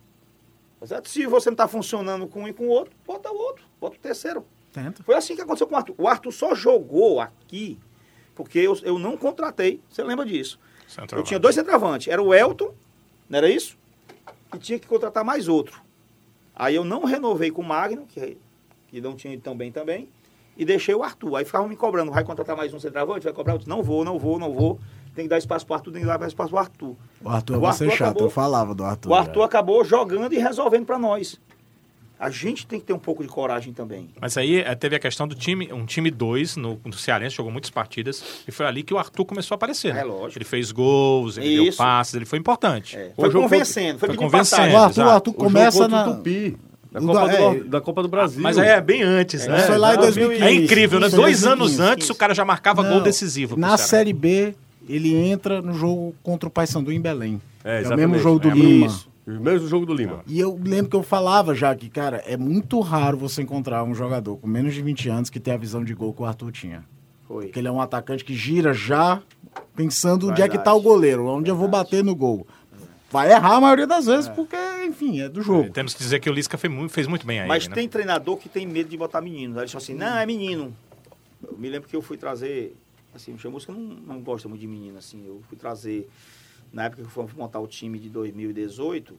Se você não está funcionando com um e com o outro, bota o outro. Bota o terceiro. Tenta. Foi assim que aconteceu com o Arthur. O Arthur só jogou aqui porque eu não contratei. Você lembra disso? Eu tinha 2 centroavantes. Era o Elton, não era isso? E tinha que contratar mais outro. Aí eu não renovei com o Magno, que não tinha ido tão bem também, e deixei o Arthur. Aí ficavam me cobrando, vai contratar mais um centroavante? Vai cobrar outro? Não vou. Tem que dar espaço para o Arthur, tem que dar espaço para o Arthur. O Arthur vai ser chato, eu falava do Arthur. O Arthur acabou jogando e resolvendo para nós. A gente tem que ter um pouco de coragem também. Mas aí teve a questão do time, um time 2 no Cearense, jogou muitas partidas, e foi ali que o Arthur começou a aparecer. Né? Lógico. Ele fez gols, ele deu passes, ele foi importante. Foi convencendo, foi convencendo. O Arthur começa na... Tupi. Da Copa do Brasil. Mas aí é bem antes, né? Foi lá em 2015. É incrível, né? 2 anos 2015. antes o cara já marcava gol decisivo. Na Série B, ele entra no jogo contra o Paysandu em Belém. É o exatamente. mesmo jogo do Lima. O mesmo jogo do Lima. E eu lembro que eu falava já que, cara, é muito raro você encontrar um jogador com menos de 20 anos que tem a visão de gol que o Arthur tinha. Porque ele é um atacante que gira já pensando onde é que tá o goleiro, onde eu vou bater no gol. Vai errar a maioria das vezes, porque, enfim, é do jogo. Temos que dizer que o Lisca fez muito bem aí. Mas né? tem treinador que tem medo de botar menino. Eles falam assim, não, é menino. Eu me lembro que eu fui trazer, assim, o Chamusca não gosta muito de menino, assim. Eu fui trazer, na época que eu fui montar o time de 2018,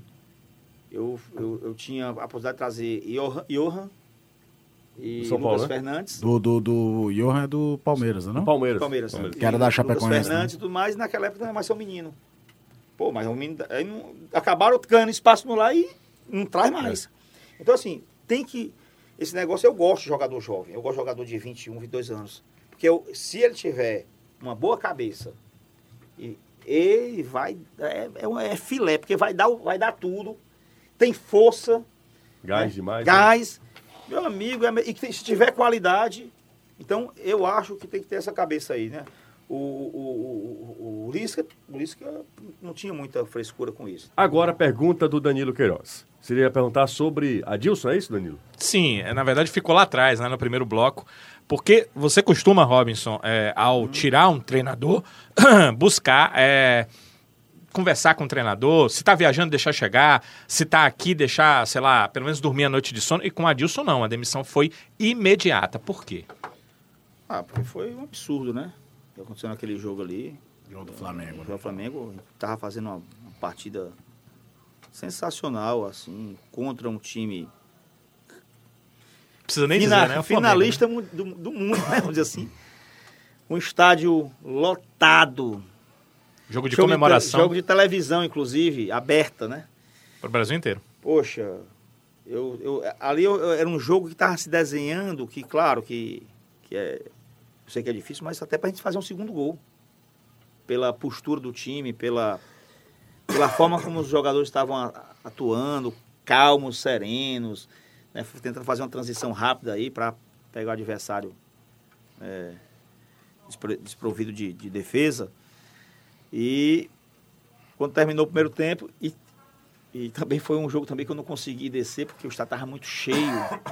eu tinha a possibilidade de trazer Johan e São Paulo, Lucas né? Fernandes. Do Johan é do Palmeiras, não? Palmeiras. Que era da Chapecoense. Lucas Fernandes e tudo mais, e naquela época não é mais ser um menino. Pô, mas o menino, aí acabaram ganhando espaço no lá e não traz mais. Então, assim, tem que... Esse negócio, eu gosto de jogador jovem. Eu gosto de jogador de 21, 22 anos. Porque se ele tiver uma boa cabeça, ele vai... É filé, porque vai dar tudo. Tem força. Gás demais. Gás. Meu amigo, e se tiver qualidade, Então, eu acho que tem que ter essa cabeça aí, né? O Lisca não tinha muita frescura com isso. Agora a pergunta do Danilo Queiroz. Seria perguntar sobre Adilson, é isso, Danilo? Sim, na verdade ficou lá atrás, né, no primeiro bloco, porque você costuma, Robinson, ao tirar um treinador, buscar conversar com o treinador, se tá viajando, deixar chegar, se tá aqui, deixar, sei lá, pelo menos dormir a noite de sono, e com o Adilson não, a demissão foi imediata. Por quê? Porque foi um absurdo, né? O que aconteceu naquele jogo ali. Jogo do Flamengo. O jogo do Flamengo tava fazendo uma partida sensacional, assim, contra um time Precisa nem dizer, né? O finalista Flamengo, né? do mundo, né? Vamos dizer assim. Um estádio lotado. Jogo de comemoração. Jogo de televisão, inclusive, aberta, né? Para o Brasil inteiro. Poxa, ali era um jogo que estava se desenhando, que claro que eu sei que é difícil, mas até para a gente fazer um segundo gol. Pela postura do time, pela forma como os jogadores estavam atuando, calmos, serenos, né, tentando fazer uma transição rápida aí para pegar o adversário desprovido de defesa. E quando terminou o primeiro tempo, e também foi um jogo também que eu não consegui descer, porque o estádio estava muito cheio.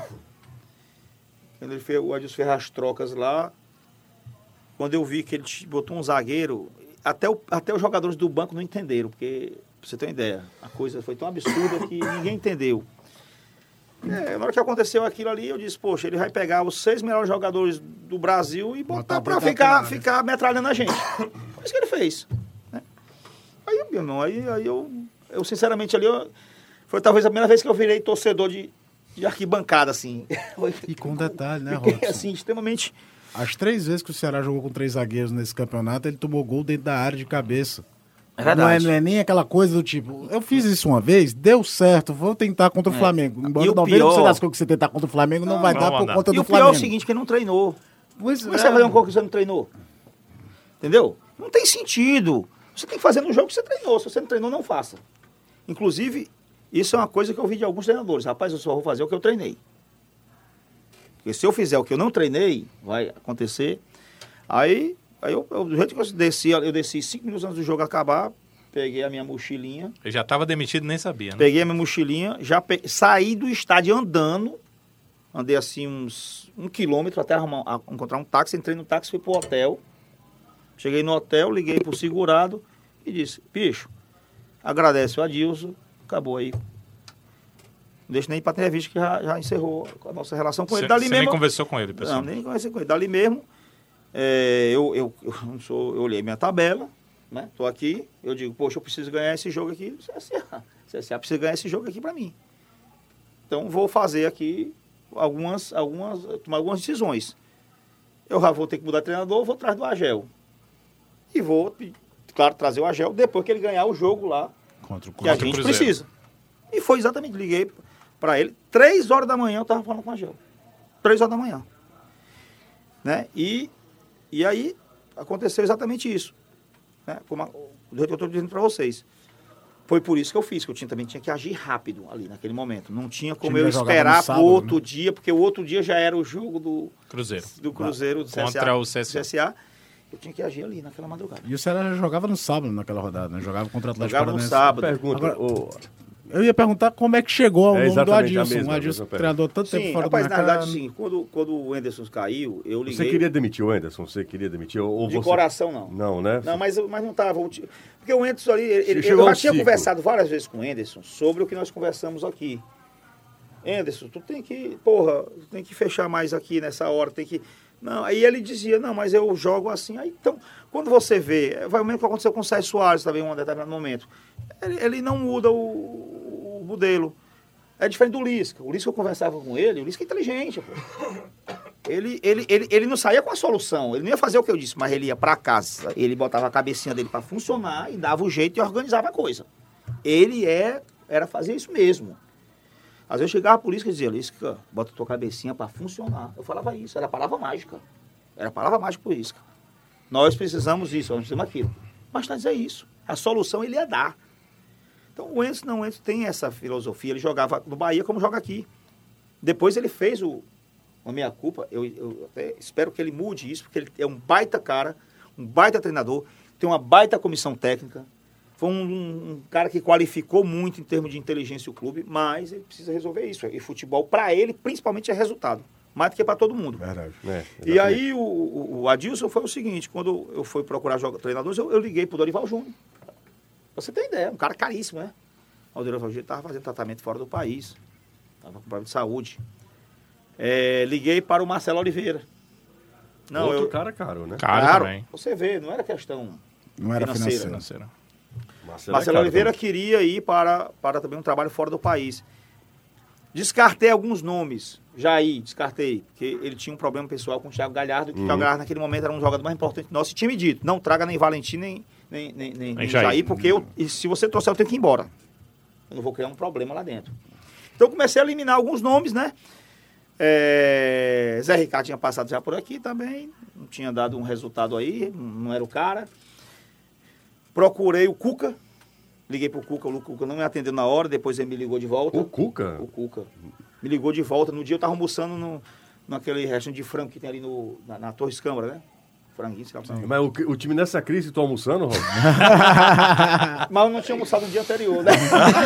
Quando o Adilson fez as trocas lá, quando eu vi que ele botou um zagueiro, até os jogadores do banco não entenderam, porque, pra você ter uma ideia, a coisa foi tão absurda que ninguém entendeu. Na hora que aconteceu aquilo ali, eu disse, poxa, ele vai pegar os 6 melhores jogadores do Brasil e botar pra ficar metralhando a gente. Foi isso que ele fez. Né? Aí, meu irmão, aí eu sinceramente ali, foi talvez a primeira vez que eu virei torcedor de arquibancada, assim. E com detalhe, né, Fiquei, Robson? assim, extremamente... As 3 vezes que o Ceará jogou com 3 zagueiros nesse campeonato, ele tomou gol dentro da área de cabeça. É verdade. Não é nem aquela coisa do tipo, eu fiz isso uma vez, deu certo, vou tentar contra o Flamengo. Embora talvez você das coisas que você tentar contra o Flamengo não vai dar por conta do Flamengo. E o pior é o seguinte, que ele não treinou. Como você vai fazer um gol que você não treinou? Entendeu? Não tem sentido. Você tem que fazer no jogo que você treinou. Se você não treinou, não faça. Inclusive, isso é uma coisa que eu vi de alguns treinadores. Rapaz, eu só vou fazer o que eu treinei. Porque se eu fizer o que eu não treinei, vai acontecer. Aí do jeito que eu desci 5 minutos antes do jogo acabar, peguei a minha mochilinha. Ele já estava demitido e nem sabia, né? Peguei a minha mochilinha, saí do estádio andando, andei assim uns 1 quilômetro até encontrar um táxi, entrei no táxi, fui pro hotel. Cheguei no hotel, liguei pro segurado e disse, bicho, agradece o Adilson, acabou aí. Não deixa nem ir pra entrevista que já encerrou a nossa relação com ele. Dali Você mesmo, nem conversou com ele, pessoal? Não, nem conversei com ele. Dali mesmo, eu olhei minha tabela, né? Tô aqui, eu digo, poxa, eu preciso ganhar esse jogo aqui. CSA precisa ganhar esse jogo aqui pra mim. Então, vou fazer aqui tomar algumas decisões. Eu já vou ter que mudar de treinador, vou atrás do Agel. E vou, claro, trazer o Agel depois que ele ganhar o jogo lá que a gente precisa. E foi exatamente, liguei para ele, 3 horas da manhã eu estava falando com o Agel. 3 horas da manhã. Né? E aí aconteceu exatamente isso. Né? Do jeito que eu estou dizendo para vocês. Foi por isso que eu fiz, que eu também tinha que agir rápido ali naquele momento. Não tinha como eu esperar para o outro dia, porque o outro dia já era o jogo do Cruzeiro do contra o CSA. Eu tinha que agir ali naquela madrugada. E o Ceará já jogava no sábado naquela rodada, né? Jogava contra o Atlético Paranaense. Jogava no sábado. Pergunta, Agora, eu ia perguntar como é que chegou ao nome do Adilson. O Adilson treinador tanto tempo fora do mercado. Na verdade, sim. Quando o Anderson caiu, eu liguei... Você queria demitir o Anderson? Você queria demitir? Ou de coração, não. Não, né? Não, mas não estava. Porque o Anderson ali... Eu já tinha conversado várias vezes com o Anderson sobre o que nós conversamos aqui. Anderson, tu tem que fechar mais aqui nessa hora, tem que... Não, aí ele dizia, não, mas eu jogo assim. Aí, então, quando você vê, vai o mesmo que aconteceu com o Sérgio Soares também em um determinado momento. Ele não muda o modelo. É diferente do Lisca. O Lisca, eu conversava com ele, o Lisca é inteligente. Pô. Ele não saía com a solução, ele não ia fazer o que eu disse, mas ele ia para casa, ele botava a cabecinha dele para funcionar e dava o jeito e organizava a coisa. Ele era fazer isso mesmo. Às vezes eu chegava por Lisca e dizia, Lisca, bota tua cabecinha para funcionar. Eu falava isso, era palavra mágica. Era palavra mágica por Lisca. Nós precisamos disso, nós precisamos aquilo. Mas nós é isso. A solução ele ia dar. Então o Enzo tem essa filosofia. Ele jogava no Bahia como joga aqui. Depois ele fez o uma meia-culpa, eu até espero que ele mude isso, porque ele é um baita cara, um baita treinador, tem uma baita comissão técnica, foi um cara que qualificou muito em termos de inteligência o clube, mas ele precisa resolver isso. E futebol, para ele, principalmente, é resultado. Mais do que para todo mundo. Verdade. E aí, o Adilson foi o seguinte, quando eu fui procurar treinadores, eu liguei pro Dorival Júnior. Pra você ter ideia, um cara caríssimo, né? O Dorival Júnior estava fazendo tratamento fora do país. Estava com problema de saúde. Liguei para o Marcelo Oliveira. Outro cara caro, né? Caro também. Você vê, não era questão Não era financeira. Marcelo Oliveira queria ir para também um trabalho fora do país. Descartei alguns nomes. Jair, descartei. Porque ele tinha um problema pessoal com o Thiago Galhardo. Que o Thiago Galhardo, naquele momento, era um jogador mais importante nosso. E tinha me dito, não traga nem Valentim, nem Jair, porque se você trouxer, eu tenho que ir embora. Eu não vou criar um problema lá dentro. Então, eu comecei a eliminar alguns nomes, né? Zé Ricardo tinha passado já por aqui também. Não tinha dado um resultado aí. Não era o cara. Procurei o Cuca. Liguei pro Cuca, o Cuca não me atendeu na hora, depois ele me ligou de volta. O Cuca? O Cuca. Me ligou de volta. No dia eu tava almoçando naquele restaurante de frango que tem ali na Torres Câmara, né? Franguinho, sei lá. Mas o time nessa crise, tu almoçando, Rob? Mas eu não tinha almoçado no dia anterior, né?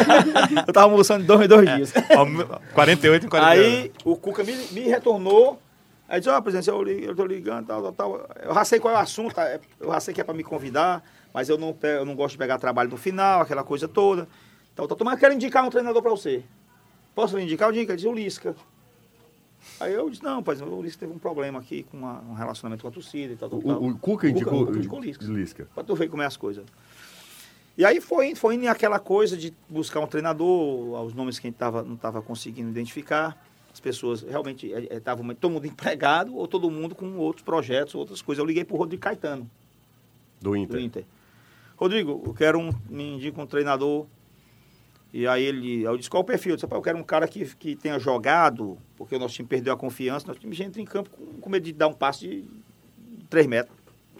Eu tava almoçando em dois dias. 48 em 48. Aí o Cuca me retornou. Aí disse, presidente, eu tô ligando, tal. Eu já sei qual é o assunto, eu já sei que é pra me convidar. Mas eu não gosto de pegar trabalho no final, aquela coisa toda. Mas eu quero indicar um treinador para você. Posso indicar? Eu digo, ele disse, o Lisca. Aí eu disse, não, pai, o Lisca teve um problema aqui com um relacionamento com a torcida e tal. O Cuca indicou o Lisca. Pra tu ver como é as coisas. E aí foi indo aquela coisa de buscar um treinador, os nomes que a gente não estava conseguindo identificar. As pessoas realmente estavam todo mundo empregado ou todo mundo com outros projetos, outras coisas. Eu liguei pro Rodrigo Caetano. Do Inter. Rodrigo, me indica um treinador. E aí eu disse, qual o perfil? Eu disse, eu quero um cara que tenha jogado, porque o nosso time perdeu a confiança, nosso time já entra em campo com medo de dar um passe de 3 metros.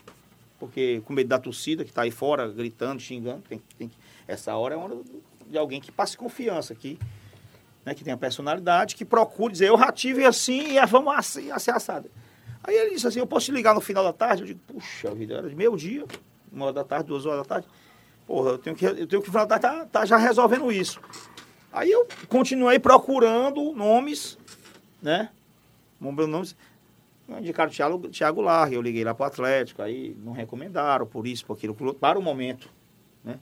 Porque com medo da torcida, que está aí fora, gritando, xingando. Essa hora é uma hora de alguém que passe confiança, que tenha personalidade, que procure dizer, eu já tive assim e vamos assim, assado. Aí ele disse assim, eu posso te ligar no final da tarde? Eu digo, puxa vida, era de meio-dia, 1h da tarde, 2h da tarde. Porra, eu tenho que no final da tarde tá já resolvendo isso. Aí eu continuei procurando nomes, né? Nomes. Indicaram o Thiago Largue, eu liguei lá pro Atlético, aí não recomendaram, por isso, por aquilo, para o momento, né?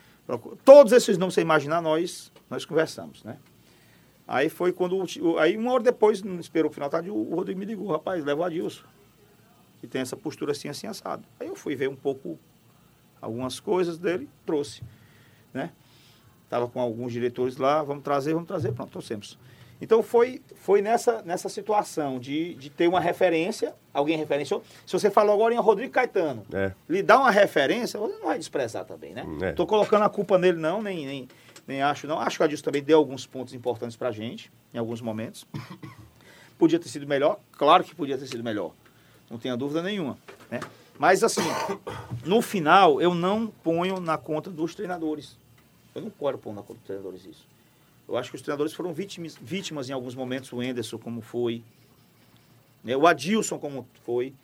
Todos esses nomes, você imaginar, nós conversamos, né? Aí foi quando... Aí 1 hora depois, não esperou o final da tarde, o Rodrigo me ligou, rapaz, leva o Adilson, que tem essa postura assim assado. Aí eu fui ver um pouco algumas coisas dele, trouxe, né? Estava com alguns diretores lá, vamos trazer, pronto, trouxemos. Então foi nessa situação de ter uma referência, alguém referenciou. Se você falou agora em Rodrigo Caetano, lhe dá uma referência, você não vai desprezar também, né? Estou colocando a culpa nele não, nem acho não. Acho que o Adilson também deu alguns pontos importantes pra gente, em alguns momentos. Podia ter sido melhor? Claro que podia ter sido melhor. Não tenha dúvida nenhuma, né? Mas, assim, no final, eu não ponho na conta dos treinadores. Eu não quero pôr na conta dos treinadores isso. Eu acho que os treinadores foram vítimas em alguns momentos. O Anderson, como foi. Né? O Adilson, como foi.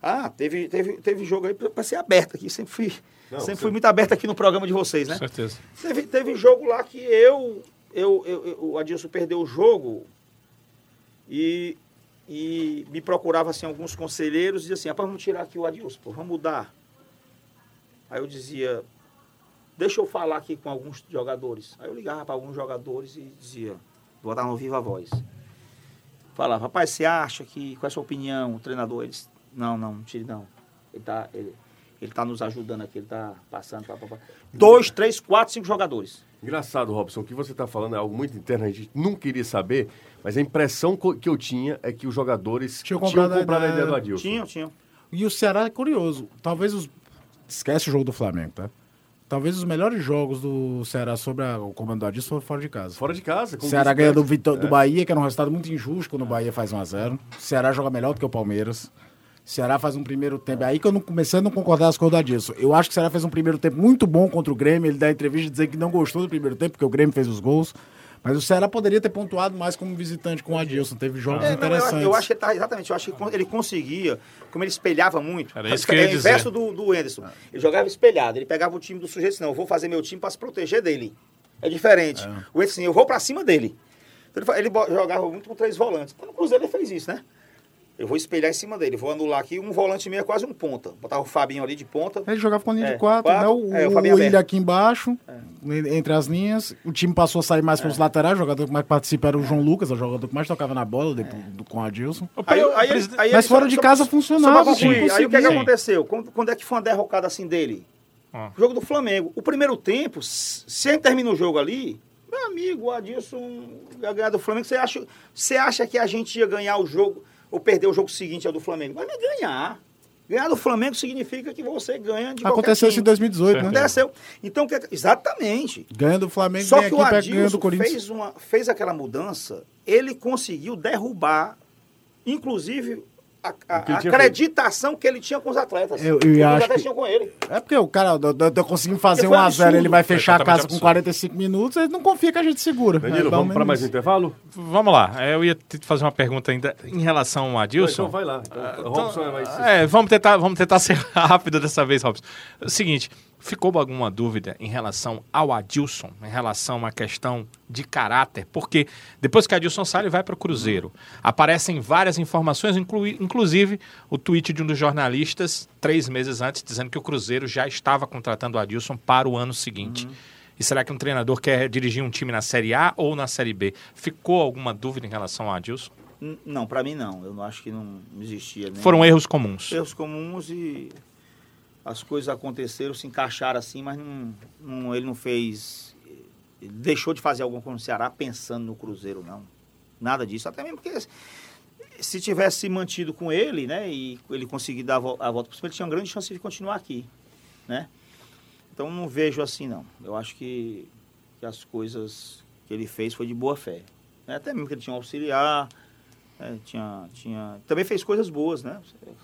Teve jogo aí para ser aberto aqui. Sempre fui muito aberto aqui no programa de vocês, né? Com certeza. Teve jogo lá que o Adilson perdeu o jogo e me procurava assim, alguns conselheiros e dizia assim, vamos tirar aqui o Adilson, vamos mudar. Aí eu dizia, deixa eu falar aqui com alguns jogadores. Aí eu ligava para alguns jogadores e dizia, botava no Viva Voz. Falava, rapaz, você acha que, qual é a sua opinião, o treinador? Eles, não tire não. Ele tá nos ajudando aqui, ele tá passando. 2, 3, 4, 5 jogadores. Engraçado, Robson, o que você está falando é algo muito interno, a gente não queria saber, mas a impressão que eu tinha é que os jogadores tinham comprado a ideia do Adilson. Tinham. E o Ceará é curioso, esquece o jogo do Flamengo, tá? Talvez os melhores jogos do Ceará sobre o comando do Adilson foram fora de casa. Fora de casa. O Ceará ganha do Bahia, que era um resultado muito injusto quando o Bahia faz 1-0. O Ceará joga melhor do que o Palmeiras. O Ceará faz um primeiro tempo. Aí que eu comecei a não concordar com o Adilson. Eu acho que o Ceará fez um primeiro tempo muito bom contra o Grêmio. Ele dá entrevista dizendo que não gostou do primeiro tempo, porque o Grêmio fez os gols. Mas o Ceará poderia ter pontuado mais como visitante com o Adilson. Teve jogos interessantes. Eu acho que exatamente. Eu acho que ele conseguia, como ele espelhava muito. Era isso que eu ia o inverso do Anderson. Ele jogava espelhado. Ele pegava o time do sujeito, não, eu vou fazer meu time para se proteger dele. É diferente. O Anderson, eu vou para cima dele. Então, ele jogava muito com 3 volantes. Então, no Cruzeiro ele fez isso, né? Eu vou espelhar em cima dele, vou anular aqui, um volante meio é quase um ponta. Botava o Fabinho ali de ponta. Ele jogava com a linha de 4, né? O Willian aqui embaixo, entre as linhas. O time passou a sair mais para os laterais, o jogador que mais participa era o João Lucas, o jogador que mais tocava na bola com o Adilson. Mas fora de casa funcionava. Aí o que aconteceu? Quando é que foi uma derrocada assim dele? O jogo do Flamengo. O primeiro tempo, se ele termina o jogo ali, meu amigo, o Adilson ia ganhar do Flamengo. Você acha que a gente ia ganhar o jogo ou perder o jogo seguinte ao do Flamengo? Mas não é ganhar. Ganhar do Flamengo significa que você ganha de Aconteceu isso em 2018, né? Aconteceu. Então, exatamente. Ganha do Flamengo, só vem que aqui o para ganhar do Corinthians. fez aquela mudança, ele conseguiu derrubar, inclusive, a acreditação que ele tinha com os atletas. Eu acho que... com ele. É porque o cara conseguindo fazer 1-0, ele vai fechar a casa com 45 minutos, ele não confia que a gente segura. Danilo, vamos para mais um intervalo? Vamos lá. Eu ia te fazer uma pergunta ainda em relação ao Adilson. Então vai lá. Robson vamos tentar ser rápido dessa vez, Robson. É o seguinte, ficou alguma dúvida em relação ao Adilson, em relação à questão de caráter? Porque depois que o Adilson sai, ele vai para o Cruzeiro. Aparecem várias informações, inclusive o tweet de um dos jornalistas, 3 meses antes, dizendo que o Cruzeiro já estava contratando o Adilson para o ano seguinte. E será que um treinador quer dirigir um time na Série A ou na Série B? Ficou alguma dúvida em relação ao Adilson? Não, para mim não. Eu não acho que não existia. Foram erros comuns. Erros comuns e as coisas aconteceram, se encaixaram assim, mas ele não fez... Ele deixou de fazer alguma coisa no Ceará pensando no Cruzeiro, não. Nada disso. Até mesmo porque se tivesse se mantido com ele, né, e ele conseguir dar a volta por cima, ele tinha uma grande chance de continuar aqui, né? Então não vejo assim, não. Eu acho que as coisas que ele fez foi de boa fé. Né? Até mesmo que ele tinha um auxiliar, né? Também fez coisas boas, né?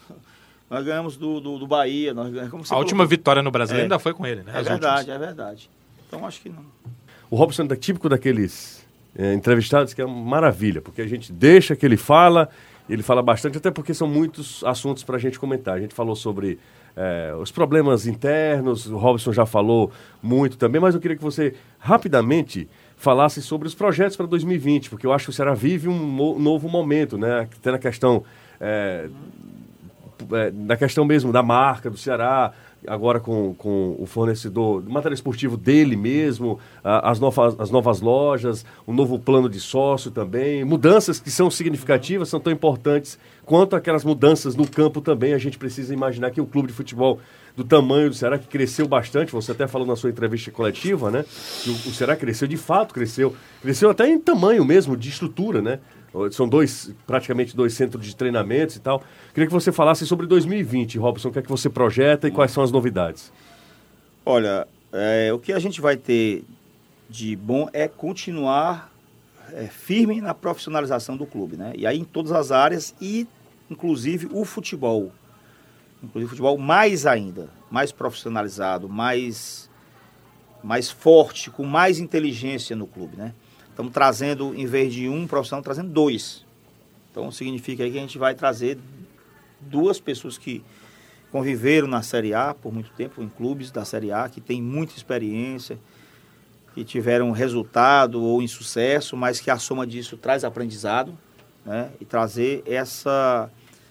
Nós ganhamos do Bahia. A última vitória no Brasileiro ainda foi com ele, né? É verdade. Então acho que não. O Robson é típico daqueles entrevistados que é uma maravilha, porque a gente deixa que ele fala bastante, até porque são muitos assuntos para a gente comentar. A gente falou sobre os problemas internos, o Robson já falou muito também, mas eu queria que você rapidamente falasse sobre os projetos para 2020, porque eu acho que o Ceará vive um novo momento, né? Até na questão mesmo da marca do Ceará, agora com o fornecedor do material esportivo dele mesmo, as novas lojas, um novo plano de sócio também, mudanças que são significativas, são tão importantes quanto aquelas mudanças no campo também. A gente precisa imaginar que o clube de futebol do tamanho do Ceará, que cresceu bastante, você até falou na sua entrevista coletiva, né, que o Ceará cresceu, de fato cresceu até em tamanho mesmo, de estrutura, né? São praticamente 2 centros de treinamentos e tal. Queria que você falasse sobre 2020, Robson, o que é que você projeta e quais são as novidades? Olha, o que a gente vai ter de bom é continuar firme na profissionalização do clube, né? E aí em todas as áreas e inclusive o futebol. Inclusive o futebol mais ainda, mais profissionalizado, mais forte, com mais inteligência no clube, né? Estamos trazendo, em vez de um profissional, trazendo 2. Então, significa aí que a gente vai trazer 2 pessoas que conviveram na Série A por muito tempo, em clubes da Série A, que têm muita experiência, que tiveram resultado ou insucesso, mas que a soma disso traz aprendizado, né? E trazer essa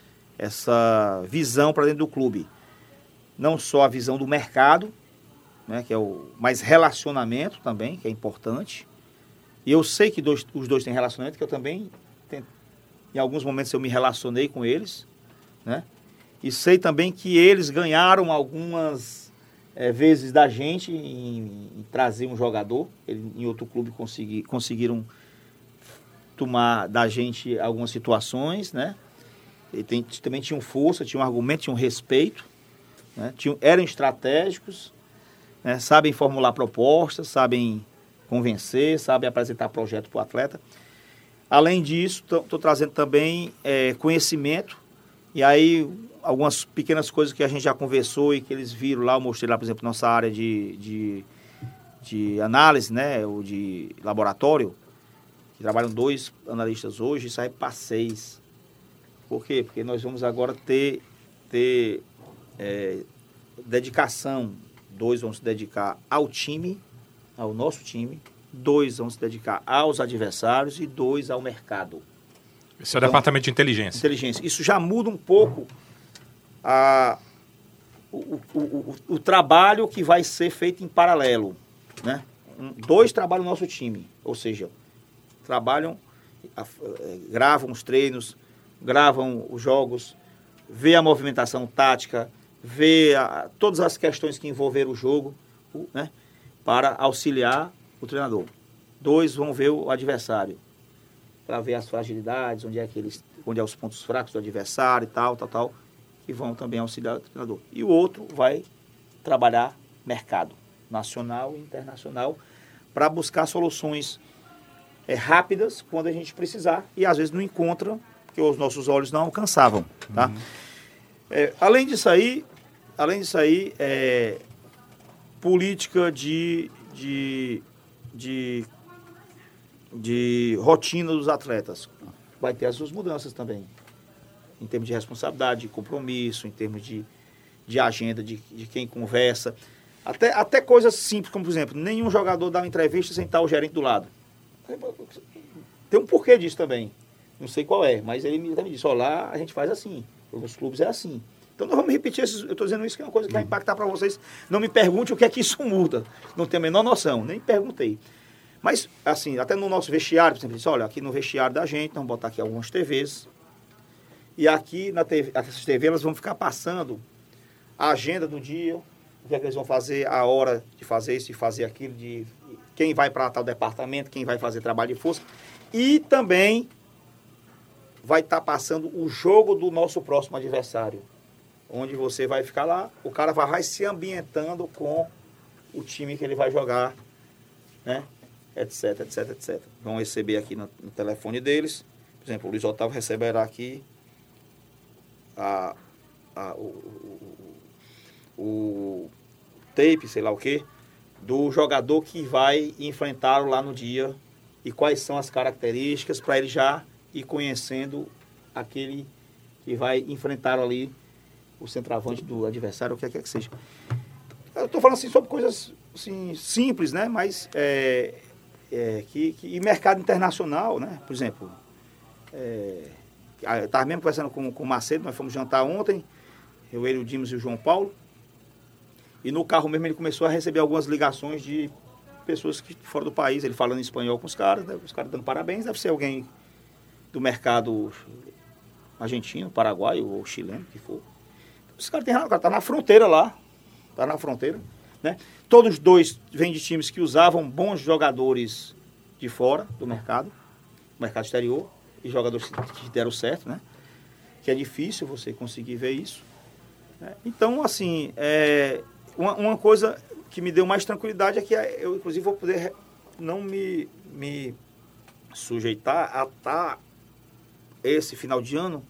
visão para dentro do clube. Não só a visão do mercado, né? Que é mas relacionamento também, que é importante. E eu sei que os dois têm relacionamento, que eu também, em alguns momentos eu me relacionei com eles, né? E sei também que eles ganharam algumas vezes da gente em trazer um jogador. Em outro clube conseguiram tomar da gente algumas situações, né? E também tinham força, tinham argumento, tinham respeito, né? Eram estratégicos, né? Sabem formular propostas, sabem convencer, sabe apresentar projeto para o atleta. Além disso, estou trazendo também conhecimento, e aí algumas pequenas coisas que a gente já conversou e que eles viram lá, eu mostrei lá, por exemplo, nossa área de análise, né, ou de laboratório, trabalham 2 analistas hoje, sai para 6. Por quê? Porque nós vamos agora ter dedicação. 2 vão se dedicar ao time, ao nosso time. 2 vão se dedicar aos adversários e 2 ao mercado. Esse é o departamento de inteligência. Inteligência. Isso já muda um pouco o trabalho que vai ser feito em paralelo, né? 2 trabalham no nosso time, ou seja, trabalham, gravam os treinos, gravam os jogos, vê a movimentação tática, vê todas as questões que envolveram o jogo, né? Para auxiliar o treinador. 2 vão ver o adversário, para ver as fragilidades, onde é os pontos fracos do adversário e tal, e vão também auxiliar o treinador. E o outro vai trabalhar mercado nacional e internacional para buscar soluções rápidas quando a gente precisar e às vezes não encontra, porque os nossos olhos não alcançavam, tá? Além disso aí, política de rotina dos atletas. Vai ter as suas mudanças também, em termos de responsabilidade, de compromisso, em termos de agenda, de quem conversa. Até coisas simples, como, por exemplo, nenhum jogador dá uma entrevista sem estar o gerente do lado. Tem um porquê disso também. Não sei qual é, mas ele me disse, lá a gente faz assim, nos clubes é assim. Então nós vamos repetir eu estou dizendo isso que é uma coisa que vai impactar para vocês. Não me pergunte o que é que isso muda. Não tenho a menor noção, nem perguntei. Mas, assim, até no nosso vestiário, por exemplo, disse, olha, aqui no vestiário da gente, vamos botar aqui algumas TVs. E aqui, essas TVs, elas vão ficar passando a agenda do dia, o que é que eles vão fazer, a hora de fazer isso e fazer aquilo, de quem vai para tal departamento, quem vai fazer trabalho de força. E também vai estar passando o jogo do nosso próximo adversário, onde você vai ficar lá, o cara vai se ambientando com o time que ele vai jogar, né? Etc, etc, etc. Vão receber aqui no telefone deles. Por exemplo, o Luiz Otávio receberá aqui o tape, sei lá o quê, do jogador que vai enfrentá-lo lá no dia e quais são as características para ele já ir conhecendo aquele que vai enfrentar ali o centroavante do adversário, o que quer que seja. Eu estou falando assim sobre coisas assim, simples, né? Mas e mercado internacional, né? Por exemplo, eu estava mesmo conversando com o Macedo, nós fomos jantar ontem, ele, o Dimas e o João Paulo, e no carro mesmo ele começou a receber algumas ligações de pessoas que fora do país, ele falando em espanhol com os caras, né? Os caras dando parabéns, deve ser alguém do mercado argentino, paraguaio ou chileno, que for. Os caras tá na fronteira lá, né? Todos 2 vêm de times que usavam bons jogadores de fora do mercado exterior, e jogadores que deram certo, né? Que é difícil você conseguir ver isso, né? Então, assim, uma coisa que me deu mais tranquilidade é que eu, inclusive, vou poder não me sujeitar a estar esse final de ano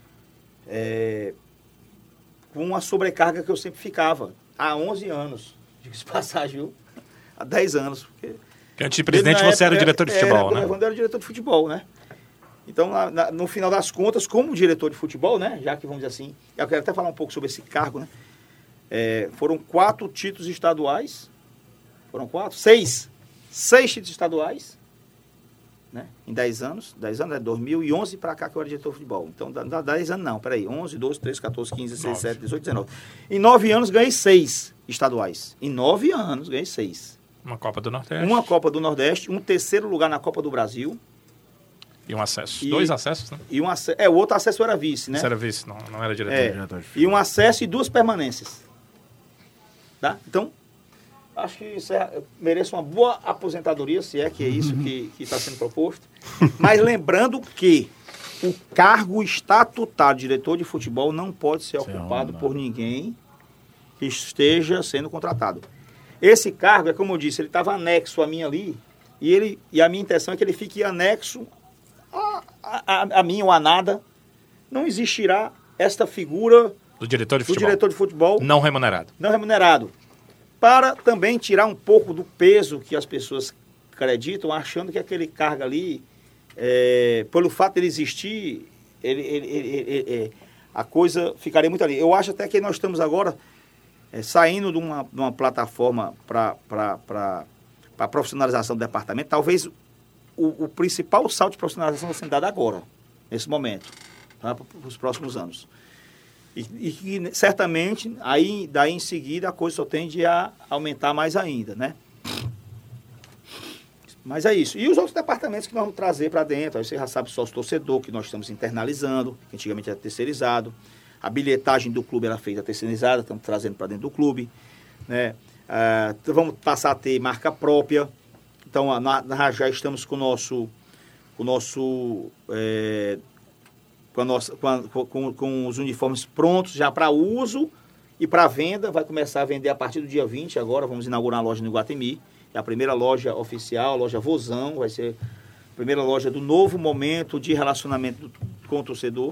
com a sobrecarga que eu sempre ficava há 11 anos, diga-se de passagem, viu? Há 10 anos. Porque antes de presidente você era o diretor de futebol, né? Quando eu era diretor de futebol, né? Então, no final das contas, como diretor de futebol, né? Já que vamos dizer assim, eu quero até falar um pouco sobre esse cargo, né? Foram 4 títulos estaduais. Foram 4? 6. 6 títulos estaduais, né? Em 10 anos. 10 anos, 2011 para cá que eu era diretor de futebol. Então, dá 10 anos não, peraí. 11, 12, 13, 14, 15, 16, 17, 18, 19. Em 9 anos ganhei 6 estaduais. Em 9 anos ganhei 6. Uma Copa do Nordeste. Uma Copa do Nordeste, um 3º lugar na Copa do Brasil. E um acesso. 2 acessos, né? E o outro acesso era vice, né? Você era vice, não era diretor. E um acesso e 2 permanências. Tá? Então, acho que isso merece uma boa aposentadoria, se é que é isso que está sendo proposto. Mas lembrando que o cargo estatutário de diretor de futebol não pode ser ocupado por ninguém que esteja sendo contratado. Esse cargo, como eu disse, ele estava anexo a mim ali, e a minha intenção é que ele fique anexo a mim ou a nada. Não existirá esta figura do diretor de futebol não remunerado. Não remunerado. Para também tirar um pouco do peso que as pessoas acreditam, achando que aquele cargo ali pelo fato dele existir, a coisa ficaria muito ali. Eu acho até que nós estamos agora saindo de uma plataforma para a profissionalização do departamento. Talvez o principal salto de profissionalização está sendo dado agora, nesse momento, tá? Para os próximos anos. E certamente, daí em seguida, a coisa só tende a aumentar mais ainda, né? Mas é isso. E os outros departamentos que nós vamos trazer para dentro. Aí você já sabe, sócio-torcedor, que nós estamos internalizando, que antigamente era terceirizado. A bilhetagem do clube era feita terceirizada, estamos trazendo para dentro do clube, né? Vamos passar a ter marca própria. Então, já estamos com os uniformes prontos já para uso e para venda. Vai começar a vender a partir do dia 20 agora. Vamos inaugurar uma loja no Iguatemi. É a primeira loja oficial, a loja Vozão. Vai ser a primeira loja do novo momento de relacionamento com o torcedor.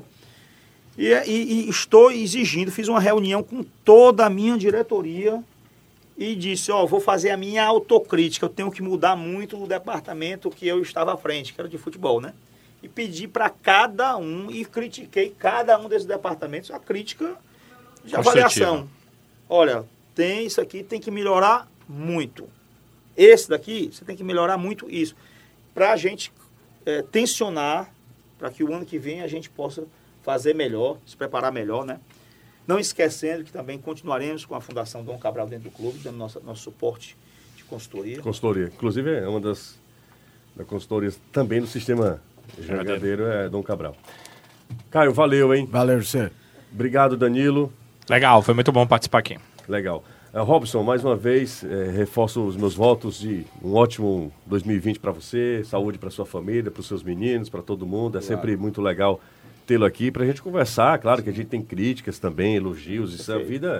E estou exigindo, fiz uma reunião com toda a minha diretoria e disse, vou fazer a minha autocrítica. Eu tenho que mudar muito o departamento que eu estava à frente, que era de futebol, né? E pedi para cada um e critiquei cada um desses departamentos a crítica de avaliação. Olha, isso aqui tem que melhorar muito. Esse daqui, você tem que melhorar muito isso. Para a gente tensionar, para que o ano que vem a gente possa fazer melhor, se preparar melhor, né? Não esquecendo que também continuaremos com a Fundação Dom Cabral dentro do clube, dando nosso suporte de consultoria. Consultoria. Inclusive, é uma das consultorias também do sistema jangadeiro, é Dom Cabral. Caio, valeu, hein? Valeu, você. Obrigado, Danilo. Legal, foi muito bom participar aqui. Legal. Robson, mais uma vez, reforço os meus votos de um ótimo 2020 para você, saúde para sua família, para os seus meninos, para todo mundo. É sempre muito legal tê-lo aqui para a gente conversar. Claro que a gente tem críticas também, elogios. Isso é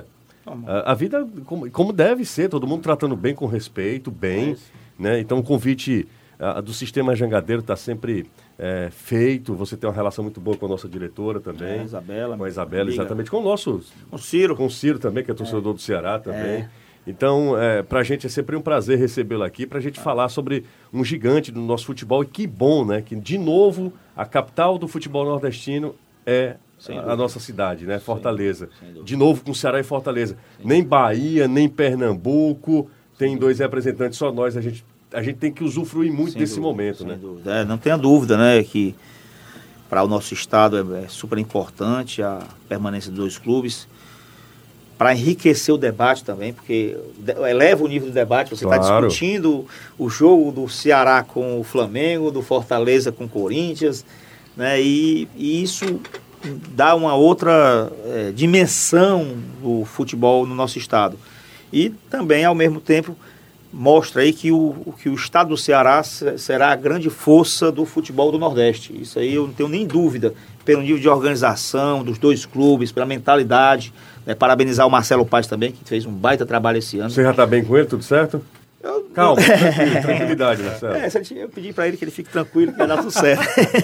a vida como deve ser, todo mundo tratando bem, com respeito, bem. Né? Então o convite do Sistema Jangadeiro está sempre feito. Você tem uma relação muito boa com a nossa diretora também. Isabela. Com a Isabela, exatamente. Com o nosso... Com o Ciro. Com o Ciro também, que é torcedor do Ceará também. Então, para a gente é sempre um prazer recebê-lo aqui, para a gente falar sobre um gigante do nosso futebol. E que bom, né? Que, de novo, a capital do futebol nordestino é a nossa cidade, né? Fortaleza. De novo com Ceará e Fortaleza. Nem Bahia, nem Pernambuco. Tem 2 representantes, só nós. A gente tem que usufruir muito desse momento, né? Dúvida. Não tenha dúvida, né? Que para o nosso estado é super importante a permanência dos 2 clubes. Para enriquecer o debate também, porque eleva o nível do debate. Você está discutindo o jogo do Ceará com o Flamengo, do Fortaleza com o Corinthians, né? E isso dá uma outra dimensão do futebol no nosso estado. E também, ao mesmo tempo, mostra aí que o estado do Ceará será a grande força do futebol do Nordeste. Isso aí eu não tenho nem dúvida, pelo nível de organização dos 2 clubes, pela mentalidade. Parabenizar o Marcelo Paz também, que fez um baita trabalho esse ano. Você já está bem com ele, tudo certo? Calma, tranquilidade, Marcelo. Eu pedi para ele que ele fique tranquilo, que vai dar tudo certo.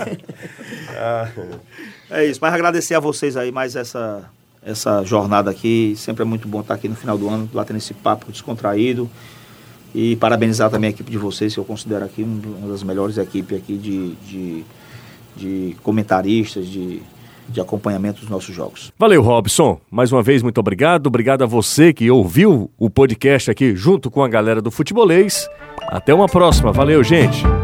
É isso, mas agradecer a vocês aí mais essa jornada aqui. Sempre é muito bom estar aqui no final do ano, batendo esse papo descontraído. E parabenizar também a equipe de vocês, que eu considero aqui uma das melhores equipes aqui de comentaristas, de acompanhamento dos nossos jogos. Valeu, Robson. Mais uma vez, muito obrigado. Obrigado a você que ouviu o podcast aqui junto com a galera do Futebolês. Até uma próxima. Valeu, gente.